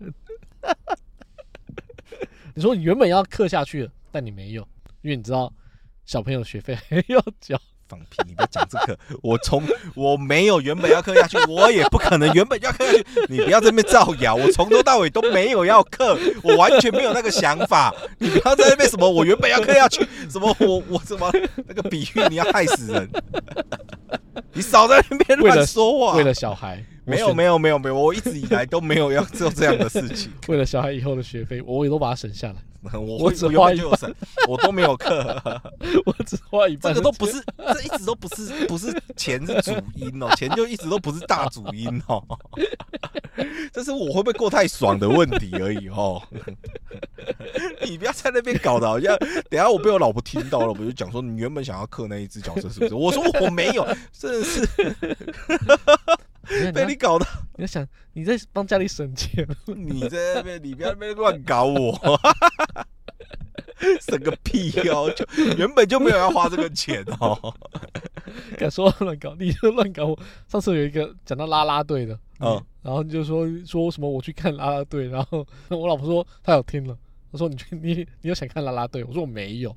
你说你原本要氪下去了，但你没有，因为你知道小朋友的学费还要交。 放屁！你不要讲这个，我没有原本要氪下去，我也不可能原本要氪下去。你不要在那边造谣，我从头到尾都没有要氪，我完全没有那个想法。你不要在那边什么我原本要氪下去，什么我什么那个比喻，你要害死人。你少在那边乱说话。 为了小孩， 没有，我一直以来都没有要做这样的事情。 为了小孩以后的学费，我也都把它省下来。 我只花1半，我都没有氪， 我只花1半。 这个都不是，这一直都不是钱是主因哦，钱就一直都不是大主因哦。这是我会不会过太爽的问题而已哦。你不要在那边搞得好像，等一下我被我老婆听到了，我就讲说你原本想要氪那一只角色是不是？我说我没有，真的是。被你搞的， 你在想你在帮家里省钱， 你在那边，你不要在那边乱搞我，省个屁哦！就原本就没有要花这个钱哦。 敢说乱搞，你就乱搞我。上次有一个讲到啦啦队的，然后你就说什么我去看啦啦队，然后我老婆说她有听了，她说你有想看啦啦队？我说我没有，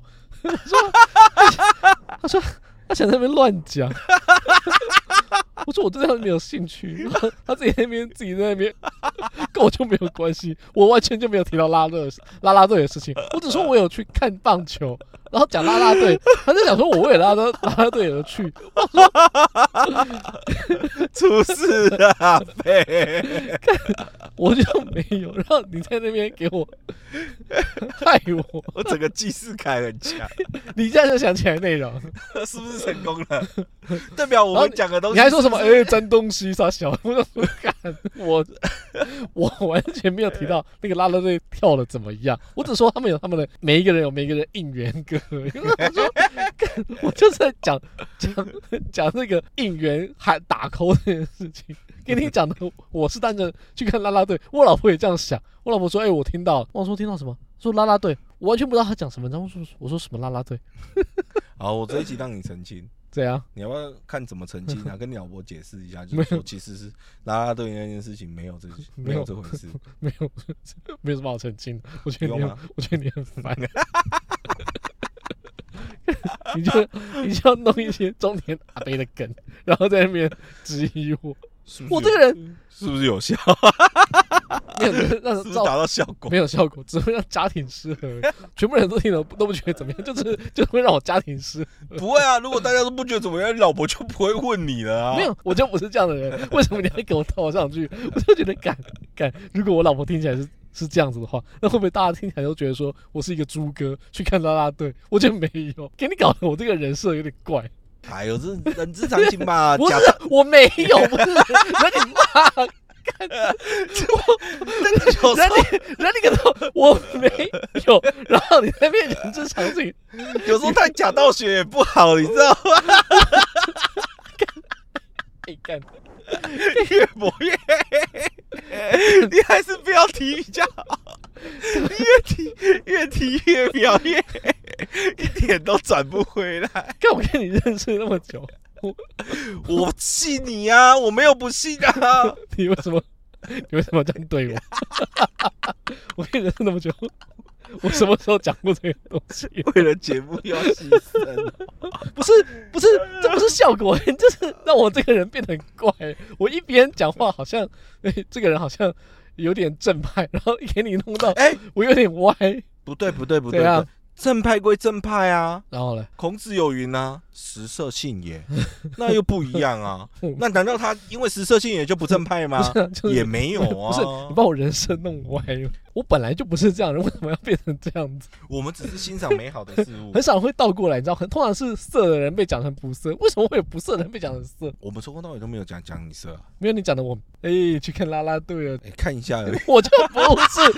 她说她想在那边乱讲。我说我对他没有兴趣，他自己在那边跟我就没有关系，我完全就没有提到啦啦队的事情，我只说我有去看棒球，然后讲啦啦队，他就讲说我为了啦啦队而去， 出事了呗， 我就没有，然后你在那边给我害我， 我整个既视感很强， 你这样就想起来内容， 是不是成功了？代表我们讲的东西， 你还说什么？沾东西啥小？我完全没有提到那个啦啦队跳的怎么样，我只说他们有他们的每一个人有每一个人应援歌。我就是在讲那个应援喊打 call 这件事情，跟你讲的我是单纯去看啦啦队，我老婆也这样想。我老婆说：“我听到了。”我说：“听到什么？”说啦啦队，我完全不知道他讲什么。然后我说什么啦啦队？ 好，我这一集让你澄清。 这样， 你要不要看怎么澄清啊？跟你老婆解释一下，就是说其实是啦啦队那件事情没有这回事， 没有什么好澄清的。我觉得你很烦。 你就要弄一些中年阿伯的梗，然后在那边质疑我。我这个人是不是有效？ 没有，那是不是达到效果？ 没有效果，只会让家庭失和。全部人都听了都不觉得怎么样，就会让我家庭失和。 不会啊，如果大家都不觉得怎么样，老婆就不会问你了啊。 没有，我就不是这样的人。为什么你还给我套上去？我就觉得干，如果我老婆听起来是这样子的话，那会不会大家听起来都觉得说我是一个猪哥去看啦啦队？我觉得没有，给你搞得我这个人设有点怪。 哎呦，这人之常情嘛。 不是，我没有，不是，人你骂。人你个头，我没有，然后你在面前这场景， 有时候太假道学也不好，你知道吗？ 干， 越抹越黑，你还是不要提比较好。越提越表越黑，一点都转不回来。 看我跟你认识那么久， 我信你啊，我没有不信啊。 你为什么这样对我？我跟你认识那么久，我什么时候讲过这个东西？ 为了节目要牺牲？ 不是，这不是效果，就是让我这个人变得很怪。我一边讲话好像，这个人好像有点正派，然后给你弄到，我有点歪。 不对，正派归正派啊， 然后呢？ 孔子有云啊，食色性也，那又不一样啊。那难道他因为食色性也就不正派吗？也没有啊。 不是，你把我人设弄歪了。我本来就不是这样的人，为什么要变成这样子？ 我们只是欣赏美好的事物， 很少人会倒过来，你知道，通常是色的人被讲成不色，为什么会有不色的人被讲成色？ 我们从头到尾都没有讲你色啊， 没有你讲的我，去看啦啦队了， 看一下而已， 我就不是，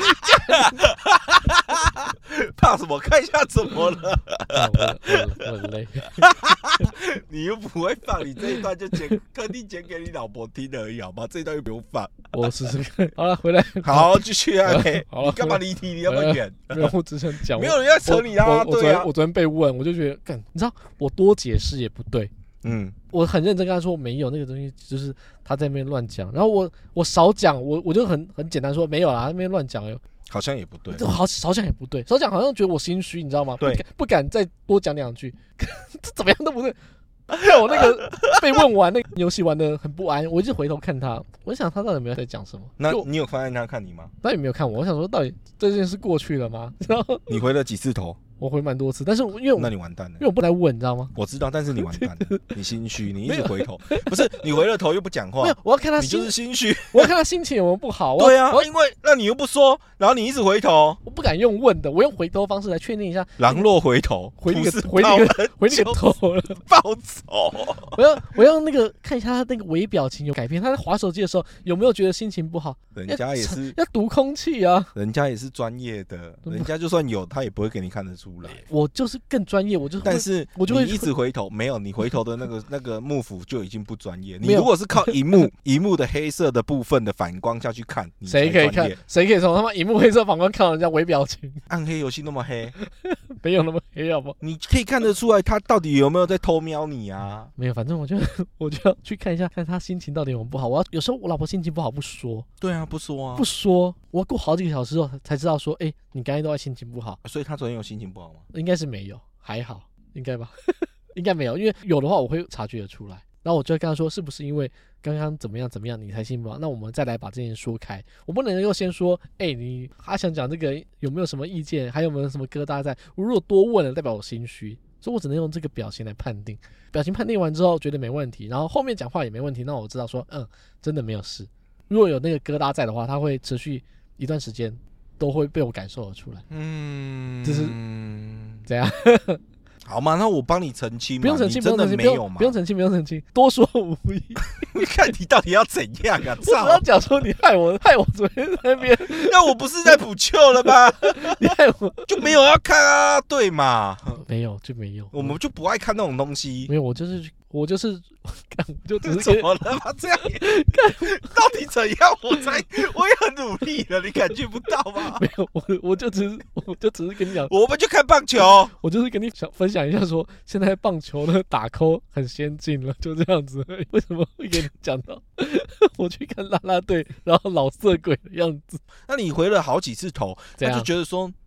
怕什么？看一下怎么了？ 我很累， 你又不会放，你这一段就特地剪给你老婆听而已，好吗？这一段又不用放， 我试试看。好了，回来， 好，继续啊。 你干嘛离题？你要不要远？ 没有，我只想讲， 没有人要扯你啊。对啊， 我昨天被问，我就觉得，你知道，我多解释也不对。我很认真跟他说没有那个东西，就是他在那边乱讲。然后我少讲，我就很简单说没有啦，他那边乱讲好像也不对， 少讲也不对，少讲好像觉得我心虚，你知道吗？ 对， 不敢再多讲两句，这怎么样都不对。我那个被问完，那个游戏玩的很不安，我一直回头看他，我想他到底有没有在讲什么？ 那你有发现他看你吗？ 他也没有看我，我想说到底这件事过去了吗？然后你回了几次头？ 我回蛮多次，但是因为那你完蛋了， 因为我不来问，你知道吗？ 我知道，但是你完蛋了，你心虚，你一直回头，不是你回了头又不讲话， 没有，我要看他， 你就是心虚， 我要看他心情有没有不好。 对啊，因为那你又不说，然后你一直回头， 我不敢用问的，我用回头方式来确定一下。 狼若回头， 回那个头了， 暴走。 我要那个看一下他那个微表情有改变，他在滑手机的时候有没有觉得心情不好？ 人家也是要读空气啊， 人家也是专业的，人家就算有，他也不会给你看得出来。 我就是更专业， 但是你一直回头，没有你回头的那个幕幅就已经不专业。你如果是靠荧幕的黑色的部分的反光下去看， 谁可以看？谁可以从他妈荧幕黑色反光看到人家微表情？ 暗黑游戏那么黑， 没有那么黑，好不好？ 你可以看得出来他到底有没有在偷瞄你啊？ 没有，反正我就要去看一下，看他心情到底有没有不好。有时候我老婆心情不好不说， 对啊，不说啊， 不说，我过好几个小时后才知道说，你刚才都在心情不好， 所以他昨天有心情不好吗？ 应该是没有，还好，应该吧，应该没有，因为有的话我会察觉得出来。然后我就会跟他说，是不是因为刚刚怎么样你才心情不好？那我们再来把这件事说开。我不能够先说，你他想讲这个有没有什么意见，还有没有什么疙瘩在？我如果多问了，代表我心虚，所以我只能用这个表情来判定。表情判定完之后觉得没问题，然后后面讲话也没问题，那我知道说，真的没有事。如果有那个疙瘩在的话，它会持续一段时间，都会被我感受得出来。就是怎样？ 好嘛，那我帮你澄清嘛。 不用澄清， 真的没有嘛？ 不用澄清，不用澄清，多说无益。 你看你到底要怎样啊？ 我只要讲说你害我昨天在那边， 那我不是在补救了吗？ 你害我就没有要看啊？对嘛？ 没有就没有， 我们就不爱看那种东西。 没有，我就只是怎么了吗？这样到底怎样？我也很努力了，你感觉不到吗？ 没有，我就只是跟你讲， 我们就看棒球。 我就是跟你分享一下说，现在棒球的打扣很先进了，就这样子。为什么会跟你讲到我去看啦啦队，然后老色鬼的样子？ 那你回了好几次头，他就觉得说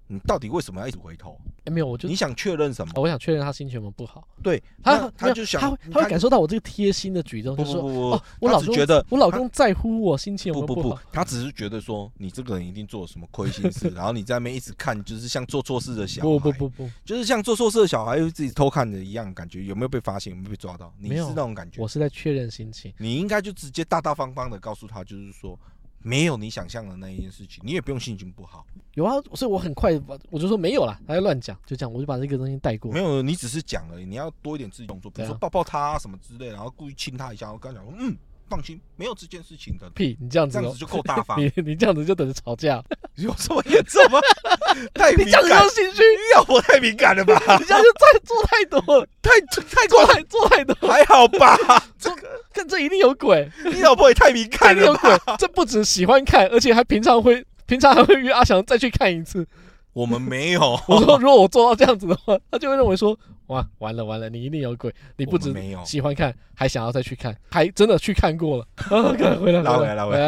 你到底为什么要一直回头？ 没有， 你想确认什么？ 我想确认他心情有没有不好。 对，他就想， 他会感受到我这个贴心的举动，就说我老公觉得我老公在乎我心情有没有不好。 他只是觉得说你这个人一定做了什么亏心事，然后你在那边一直看，就是像做错事的小孩，不，就是像做错事的小孩又自己偷看的一样，感觉有没有被发现，有没有被抓到？你是那种感觉？ 我是在确认心情。 你应该就直接大大方方的告诉他，就是说。没有你想象的那一件事情，你也不用心情不好。 有啊，所以我很快我就说没有啦，他在乱讲，就这样，我就把这个东西带过。 没有，你只是讲而已，你要多一点自己动作，比如说抱抱他什么之类的，然后故意亲他一下，我跟他讲说，放心，没有这件事情的。 屁，你这样子就够大方。 你这样子就等着吵架， 有这么严重吗？太敏感， 你这样子有情绪， 要我太敏感了吧？ 你这样就做太多了，做太多， 还好吧？ 看这一定有鬼， 你老婆也太敏感了吧？ 有鬼，这不止喜欢看，而且还平常还会约阿翔再去看一次。 我们没有。 我说如果我做到这样子的话，他就会认为说，哇，完了，你一定有鬼，你不止喜欢看，还想要再去看，还真的去看过了。回来，拉回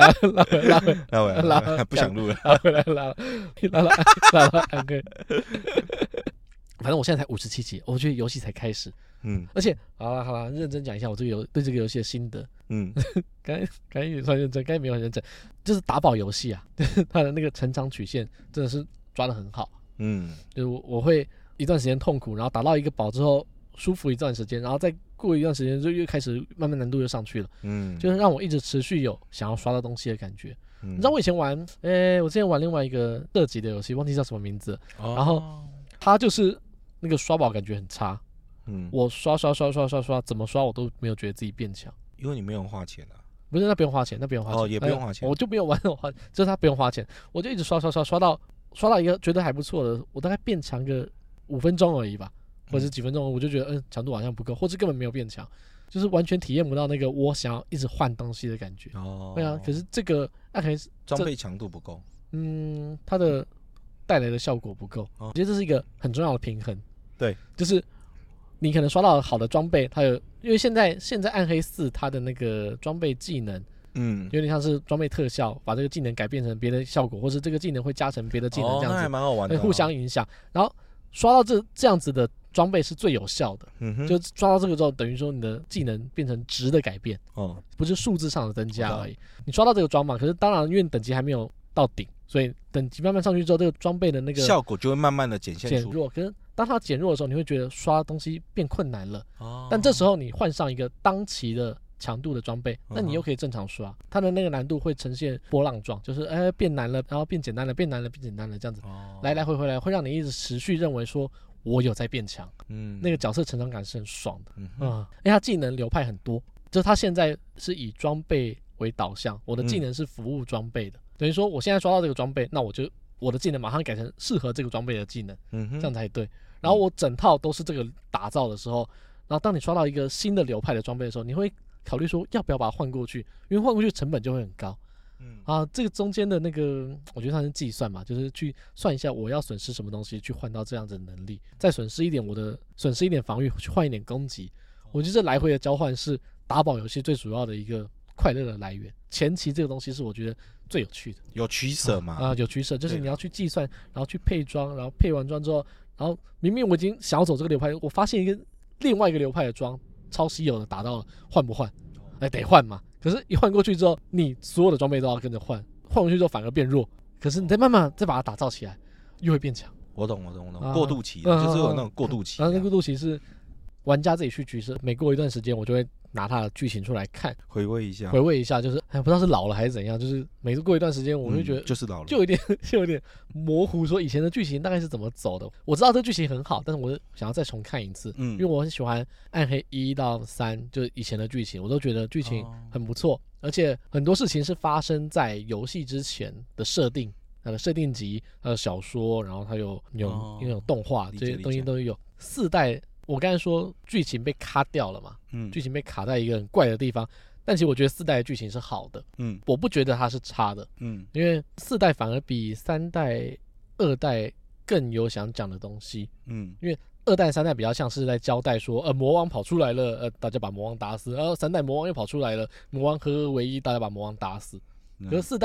来， 不想录了， 拉回来，拉安哥。反正我现在才57集，我觉得游戏才开始。而且好了，认真讲一下我对这个游戏的心得。刚才也算认真，刚才没有很认真，就是打宝游戏啊，它的那个成长曲线真的是抓得很好。就是我会一段时间痛苦，然后打到一个宝之后舒服一段时间，然后再过一段时间就又开始慢慢难度又上去了。就是让我一直持续有想要刷到东西的感觉。你知道我以前玩，我之前玩另外一个射击的游戏，忘记叫什么名字了。然后它就是那个刷宝感觉很差。我刷，怎么刷我都没有觉得自己变强， 因为你没有花钱啊。 不是，那不用花钱， 也不用花钱。 我就没有玩那种花，就是他不用花钱，我就一直刷到一个觉得还不错的，我大概变强个5分钟而已吧，或者是几分钟，我就觉得强度好像不够，或者根本没有变强，就是完全体验不到那个我想要一直换东西的感觉。对啊，可是这个暗黑装备强度不够， 它的带来的效果不够，我觉得这是一个很重要的平衡。 对， 就是你可能刷到好的装备，它有，因为现在暗黑4它的那个装备技能，有点像是装备特效，把这个技能改变成别的效果，或是这个技能会加成别的技能，这样子， 那还蛮好玩的， 会互相影响。然后刷到这样子的装备是最有效的，就刷到这个之后，等于说你的技能变成值的改变，不是数字上的增加而已。你刷到这个装嘛，可是当然因为等级还没有到顶，所以等级慢慢上去之后，这个装备的那个效果就会慢慢的减弱。可是当它减弱的时候，你会觉得刷东西变困难了。但这时候你换上一个当期的强度的装备，那你又可以正常刷，它的那个难度会呈现波浪状，就是变难了，然后变简单了，变难了，变简单了，这样子来来回回来，会让你一直持续认为说我有在变强。那个角色成长感是很爽的。因为它技能流派很多，就是它现在是以装备为导向，我的技能是服务装备的，等于说我现在刷到这个装备，那我的技能马上改成适合这个装备的技能，这样才对。然后我整套都是这个打造的时候，然后当你刷到一个新的流派的装备的时候，你会考虑说要不要把它换过去，因为换过去成本就会很高。这个中间的那个，我觉得它是计算嘛，就是去算一下我要损失什么东西去换到这样子的能力，再损失一点防御去换一点攻击。我觉得这来回的交换是打宝游戏最主要的一个快乐的来源。前期这个东西是我觉得最有趣的， 有取舍嘛？ 有取舍，就是你要去计算，然后去配装，然后配完装之后，然后明明我已经想要走这个流派，我发现另外一个流派的装超稀有的打到了，换不换？得换嘛。可是，一换过去之后，你所有的装备都要跟着换，换过去之后反而变弱。可是你再慢慢再把它打造起来，又会变强。 我懂。过渡期就是有那种过渡期。 那过渡期是玩家自己去取舍，每过一段时间，我就会拿它的剧情出来看， 回味一下， 就是不知道是老了还是怎样，就是每次过一段时间，我就觉得就是老了， 就有点模糊，说以前的剧情大概是怎么走的。我知道这剧情很好，但是我想要再重看一次，因为我很喜欢暗黑1到3，就是以前的剧情，我都觉得剧情很不错，而且很多事情是发生在游戏之前的设定，它的设定集、它的小说，然后它有动画，这些东西都有。4代。我刚才说剧情被卡掉了嘛，剧情被卡在一个很怪的地方，但其实我觉得4代的剧情是好的，我不觉得它是差的，因为4代反而比3代、2代更有想讲的东西，因为2代、3代比较像是在交代说，魔王跑出来了，大家把魔王打死，然后3代魔王又跑出来了，魔王合而为一，大家把魔王打死，可是4代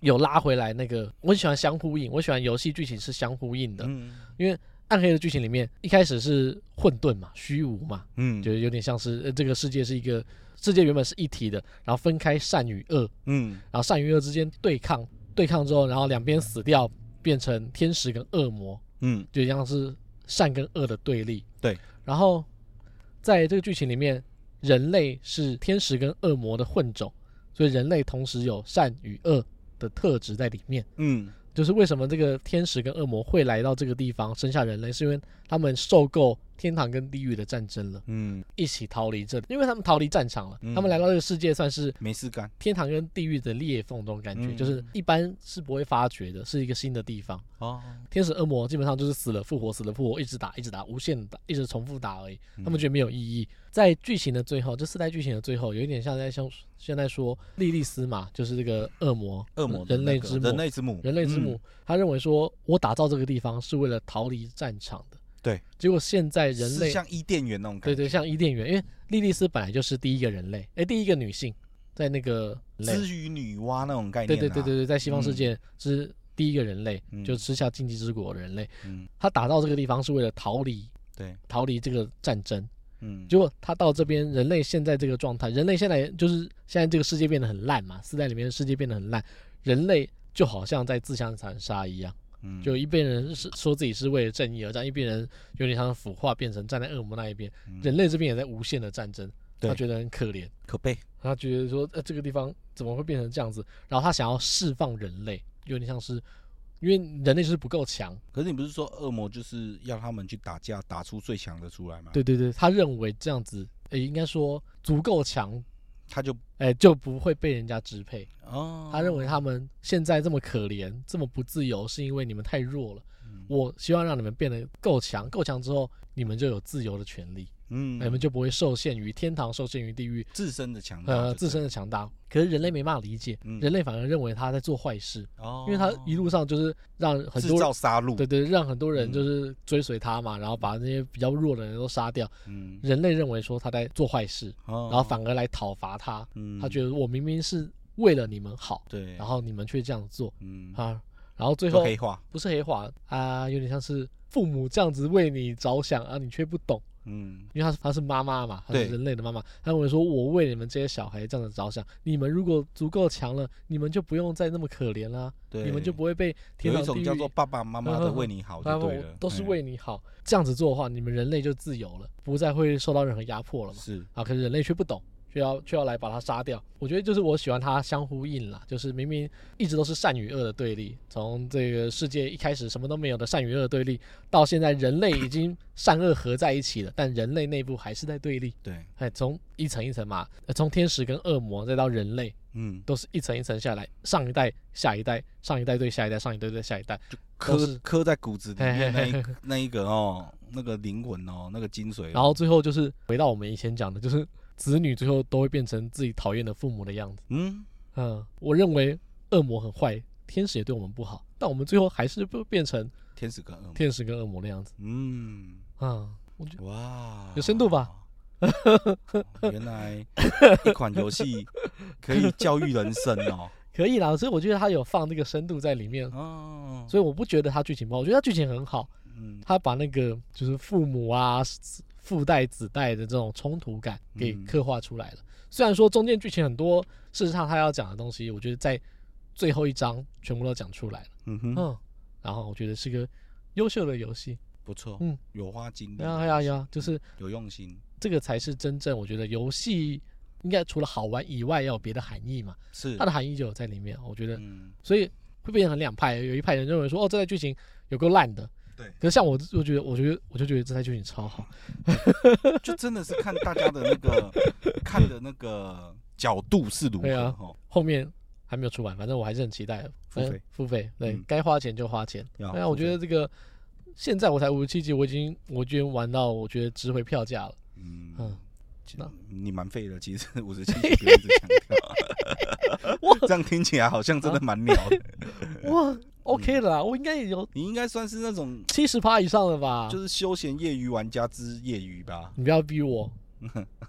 有拉回来那个，我很喜欢相呼应，我喜欢游戏剧情是相呼应的，因为暗黑的剧情里面一开始是混沌嘛，虚无嘛，就有点像是这个世界是一个世界原本是一体的，然后分开善与恶，然后善与恶之间对抗之后，然后两边死掉，变成天使跟恶魔，就像是善跟恶的对立， 对， 然后在这个剧情里面，人类是天使跟恶魔的混种，所以人类同时有善与恶的特质在里面。就是为什么这个天使跟恶魔会来到这个地方生下人类，是因为他们受够天堂跟地狱的战争了，一起逃离这里，因为他们逃离战场了，他们来到这个世界算是没事干， 天堂跟地狱的裂缝这种感觉，就是一般是不会发觉的，是一个新的地方。天使恶魔基本上就是死了复活，死了复活，一直打，无限打，一直重复打而已，他们觉得没有意义。在剧情的最后，这4代剧情的最后，有一点像现在说莉莉丝嘛，就是这个恶魔人类之母，他认为说我打造这个地方是为了逃离战场的。对，结果现在人类是像伊甸园那种感觉， 对，像伊甸园，因为莉莉丝本来就是第一个人类，第一个女性，在那个之于女媧那种概念， 对，在西方世界是第一个人类，就吃下禁忌之果的人类，他打造这个地方是为了逃离这个战争，结果他到这边，人类现在这个状态，人类现在这个世界变得很烂嘛，4代里面的世界变得很烂，人类就好像在自相残杀一样。就一边人是说自己是为了正义而战，一边人有点像腐化，变成站在恶魔那一边。人类这边也在无限的战争，他觉得很可怜可悲， 他觉得说这个地方怎么会变成这样子？然后他想要释放人类，有点像是因为人类就是不够强。 可是你不是说恶魔就是要他们去打架，打出最强的出来吗？ 对，他认为这样子，应该说足够强。 他就不会被人家支配。他认为他们现在这么可怜，这么不自由，是因为你们太弱了。我希望让你们变得够强，够强之后，你们就有自由的权利。你们就不会受限于天堂，受限于地狱， 自身的强大， 自身的强大。可是人类没办法理解，人类反而认为他在做坏事，因为他一路上就是让很多制造杀戮， 对，让很多人就是追随他嘛，然后把那些比较弱的人都杀掉。人类认为说他在做坏事，然后反而来讨伐他。他觉得我明明是为了你们好，对，然后你们却这样做，然后最后黑化， 不是黑化啊，有点像是父母这样子为你着想啊，你却不懂。因为他是妈妈嘛，他是人类的妈妈，他认为说我为你们这些小孩这样子着想，你们如果足够强了，你们就不用再那么可怜啦，你们就不会被天堂地狱。 有一种叫做爸爸妈妈的为你好就对了， 都是为你好。这样子做的话，你们人类就自由了，不再会受到任何压迫了嘛。是啊，可是人类却不懂。却要来把它杀掉。我觉得就是我喜欢它相呼应啦，就是明明一直都是善与恶的对立，从这个世界一开始什么都没有的善与恶的对立，到现在人类已经善恶合在一起了，但人类内部还是在对立。对，从一层一层嘛，从天使跟恶魔再到人类，都是一层一层下来，上一代、下一代，上一代对下一代，上一代对下一代， 就刻在骨子里面那一个哦，那个灵魂哦，那个精髓。 然后最后就是回到我们以前讲的，就是子女最后都会变成自己讨厌的父母的样子。我认为恶魔很坏，天使也对我们不好，但我们最后还是会变成天使跟恶魔的样子。我觉得哇，有深度吧？ 原来一款游戏可以教育人生哦。 可以啦，所以我觉得他有放那个深度在里面，所以我不觉得他剧情不好，我觉得他剧情很好。他把那个就是父母啊、父代子代的这种冲突感给刻画出来了。虽然说中间剧情很多，事实上他要讲的东西，我觉得在最后一章全部都讲出来了。然后我觉得是个优秀的游戏， 不错，有花精力， 就是有用心， 这个才是真正我觉得游戏应该除了好玩以外，要有别的含义嘛。是，它的含义就有在里面，我觉得，所以会变成很两派，有一派人认为说，这台剧情有够烂的。对，可是像我就觉得这台剧情超好， 就真的是看大家的那个看的那个角度是如何。 后面还没有出完，反正我还是很期待付费，对，该花钱就花钱。我觉得这个现在我才57集，我已经玩到我觉得值回票价了。 你蛮废的，其实57集不用一直强调，这样听起来好像真的蛮鸟的。 哇，OK 的啦，我应该也有， 你应该算是那种 70%以上的吧， 就是休闲业余玩家之业余吧。 你不要逼我，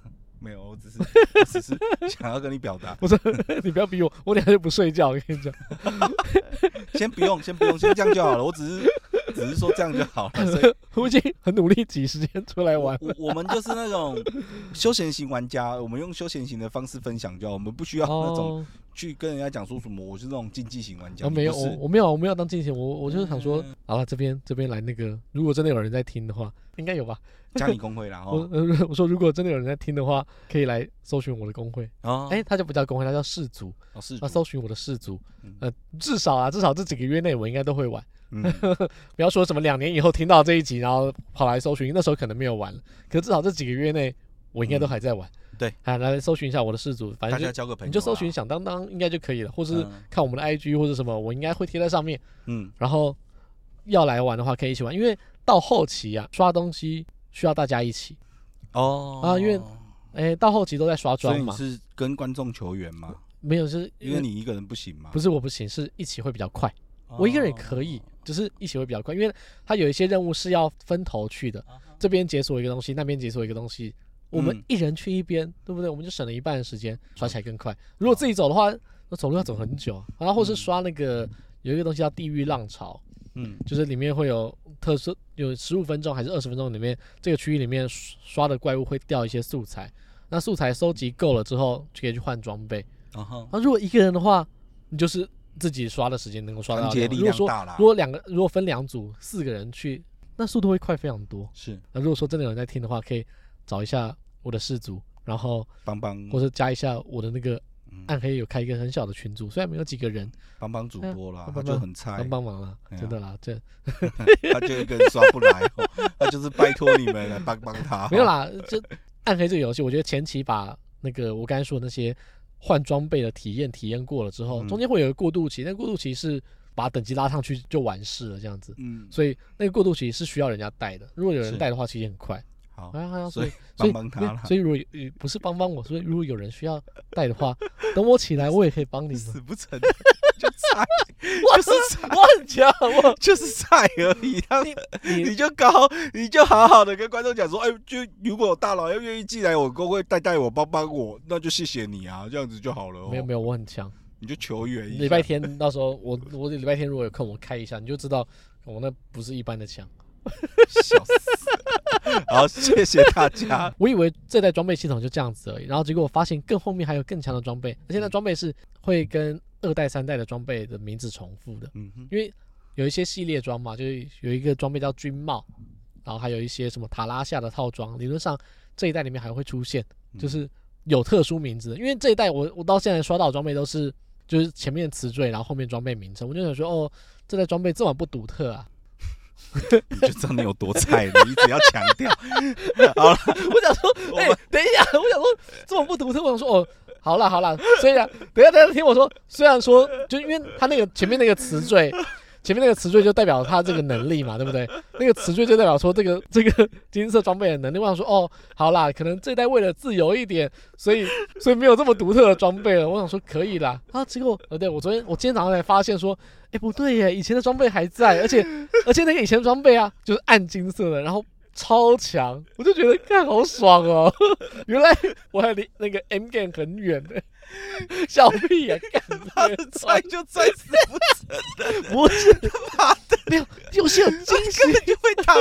没有，我只是想要跟你表达。 不是，你不要逼我，我等下就不睡觉。我跟你讲， 先不用，先这样就好了。我只是说这样就好了。所以我已经很努力挤时间出来玩。 我们就是那种休闲型玩家，我们用休闲型的方式分享就好，我们不需要那种去跟人家讲说什么我是那种竞技型玩家。 没有，我没有当竞技型，我就是想说，好了，这边来那个，如果真的有人在听的话，应该有吧？ 加你公会啦。 我说如果真的有人在听的话，可以来搜寻我的公会。他就不叫公会，他叫氏族。搜寻我的氏族。至少这几个月内我应该都会玩。不要说什么2年以后听到这一集，然后跑来搜寻，那时候可能没有玩了。可是至少这几个月内，我应该都还在玩。 对， 来搜寻一下我的氏族，反正大家交个朋友， 你就搜寻响当当应该就可以了，或是看我们的 IG 或者什么，我应该会贴在上面。然后要来玩的话可以一起玩，因为到后期啊，刷东西需要大家一起。因为到后期都在刷装嘛。 所以你是跟观众求援吗？ 没有，是因为你一个人不行吗？ 不是我不行，是一起会比较快。我一个人也可以，只是一起会比较快，因为他有一些任务是要分头去的，这边解锁一个东西，那边解锁一个东西，我们一人去一边，对不对？我们就省了一半的时间，刷起来更快。如果自己走的话，那走路要走很久。然后或是刷那个有一个东西叫地狱浪潮，就是里面会有特殊，有15分钟还是20分钟里面，这个区域里面刷的怪物会掉一些素材，那素材收集够了之后，就可以去换装备。如果一个人的话，你就是自己刷的时间能够刷到。如果分2组4个人去，那速度会快非常多。 是。 那如果说真的有人在听的话，可以找一下我的氏族，然后帮， 或者加一下我的那个暗黑有开一个很小的群组，虽然没有几个人， 帮主播啦，他就很菜， 帮忙啦，真的啦， 他就一个人刷不来，他就是拜托你们来帮他。 没有啦，就暗黑这个游戏，我觉得前期把那个我刚才说的那些换装备的体验过了之后，中间会有一个过渡期，那个过渡期是把等级拉上去就完事了这样子。所以那个过渡期是需要人家带的，如果有人带的话，其实很快。 好， 所以帮他了。 所以如果不是帮我，所以如果有人需要带的话，等我起来我也可以帮你。 死不成，就菜， 我很强，我就是菜而已。你就好好的跟观众讲说，就如果大佬要愿意进来我公会带我帮我，那就谢谢你啊，这样子就好了。 没有，我很强。 你就求援一下。 礼拜天到时候我礼拜天如果有空，我开一下，你就知道我那不是一般的强。 笑死！好，谢谢大家。 我以为这代装备系统就这样子而已，然后结果我发现更后面还有更强的装备，而且那装备是会跟2代、3代的装备的名字重复的。因为有一些系列装嘛，就是有一个装备叫军帽，然后还有一些什么塔拉夏的套装，理论上这一代里面还会出现，就是有特殊名字的。因为这一代我到现在刷到的装备都是就是前面词缀，然后后面装备名称，我就想说这代装备这么不独特啊。 你就知道你有多菜了，你一直要强调。好了， 我想说，等一下，我想说这么不独特，我想说好了，虽然等一下听我说，虽然说就因为他那个前面那个词缀就代表他这个能力嘛，对不对？那个词缀就代表说这个金色装备的能力。我想说好啦，可能这代为了自由一点，所以没有这么独特的装备了。我想说可以啦，结果对我今天早上才发现说，不对耶，以前的装备还在，而且那个以前的装备啊，就是暗金色的，然后超强，我就觉得看好爽哦。原来我还离那个 M game 很远的。笑屁呀！ 他的菜就菜死不成的， 不是他妈的， 没有游戏有惊喜， 根本就被打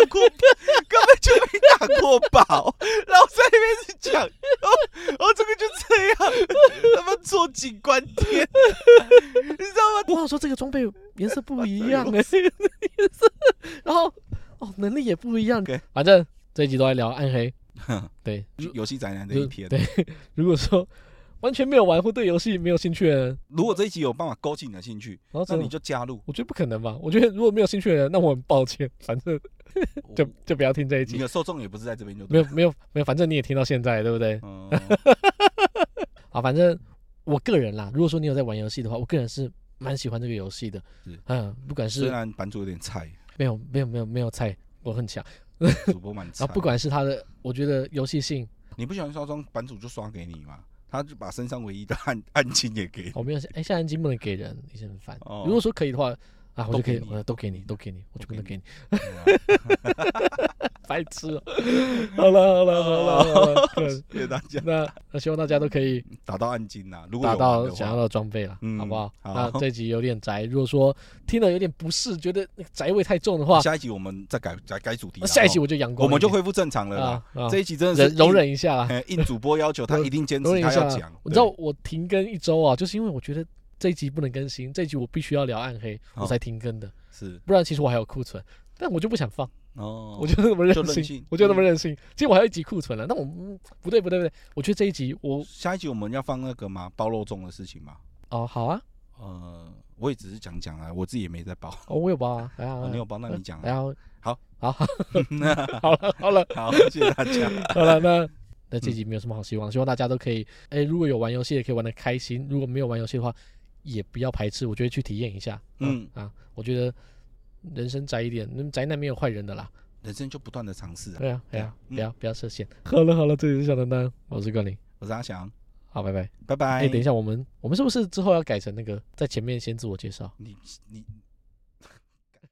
过宝，然后在那边是讲这个就这样，他们做景观店，你知道吗？ 我想说这个装备颜色不一样颜色，然后能力也不一样，反正这一集都在聊暗黑，对， 游戏宅男的一篇。 对，如果说完全没有玩或对游戏没有兴趣的人， 如果这一集有办法勾起你的兴趣，那你就加入。 我觉得不可能吧？我觉得如果没有兴趣的人，那我很抱歉，反正就不要听这一集。 你的受众也不是在这边就没有，反正你也听到现在，对不对？好，反正我个人啦，如果说你有在玩游戏的话，我个人是蛮喜欢这个游戏的。不管是虽然版主有点菜， 没有菜，我很强。 主播蛮菜。 然后不管是他的，我觉得游戏性， 你不喜欢刷装，版主就刷给你嘛。他就把身上唯一的暗金也给你。 我没有，现在暗金不能给人，也是很烦。如果说可以的话，我就可以，都给你，我全部都给你。 白痴哦。好了， 谢谢大家。 那希望大家都可以打到暗金啦，如果打到想要的装备了，好不好？那这集有点宅，如果说听了有点不适，觉得那个宅味太重的话， 下一集我们再改主题。 下一集我就阳光， 我们就恢复正常了啦。这一集真的是容忍一下啦， 应主播要求，他一定坚持他要讲。 你知道我停更1周啊，就是因为我觉得这一集不能更新，这一集我必须要聊暗黑，我才停更的。 是， 不然其实我还有库存，但我就不想放。我就那么任性，其实我还有1集库存了。那我不对，我觉得这一集下一集我们要放那个吗？包肉粽的事情吗？ 哦，好啊。 我也只是讲啊，我自己也没在包。 我有包啊。 你有包，那你讲啊。 然后好， 好了， 好，谢谢大家。 好了，那这集没有什么好希望，希望大家都可以，如果有玩游戏也可以玩得开心，如果没有玩游戏的话，也不要排斥，我觉得去体验一下。我觉得人生宅一点，宅男没有坏人的啦， 人生就不断的尝试。 对啊，不要设限。好了，这里是小丹丹，我是冠霖， 我是阿翔， 好，拜拜。 拜拜。 等一下，我们是不是之后要改成那个在前面先自我介绍？ 你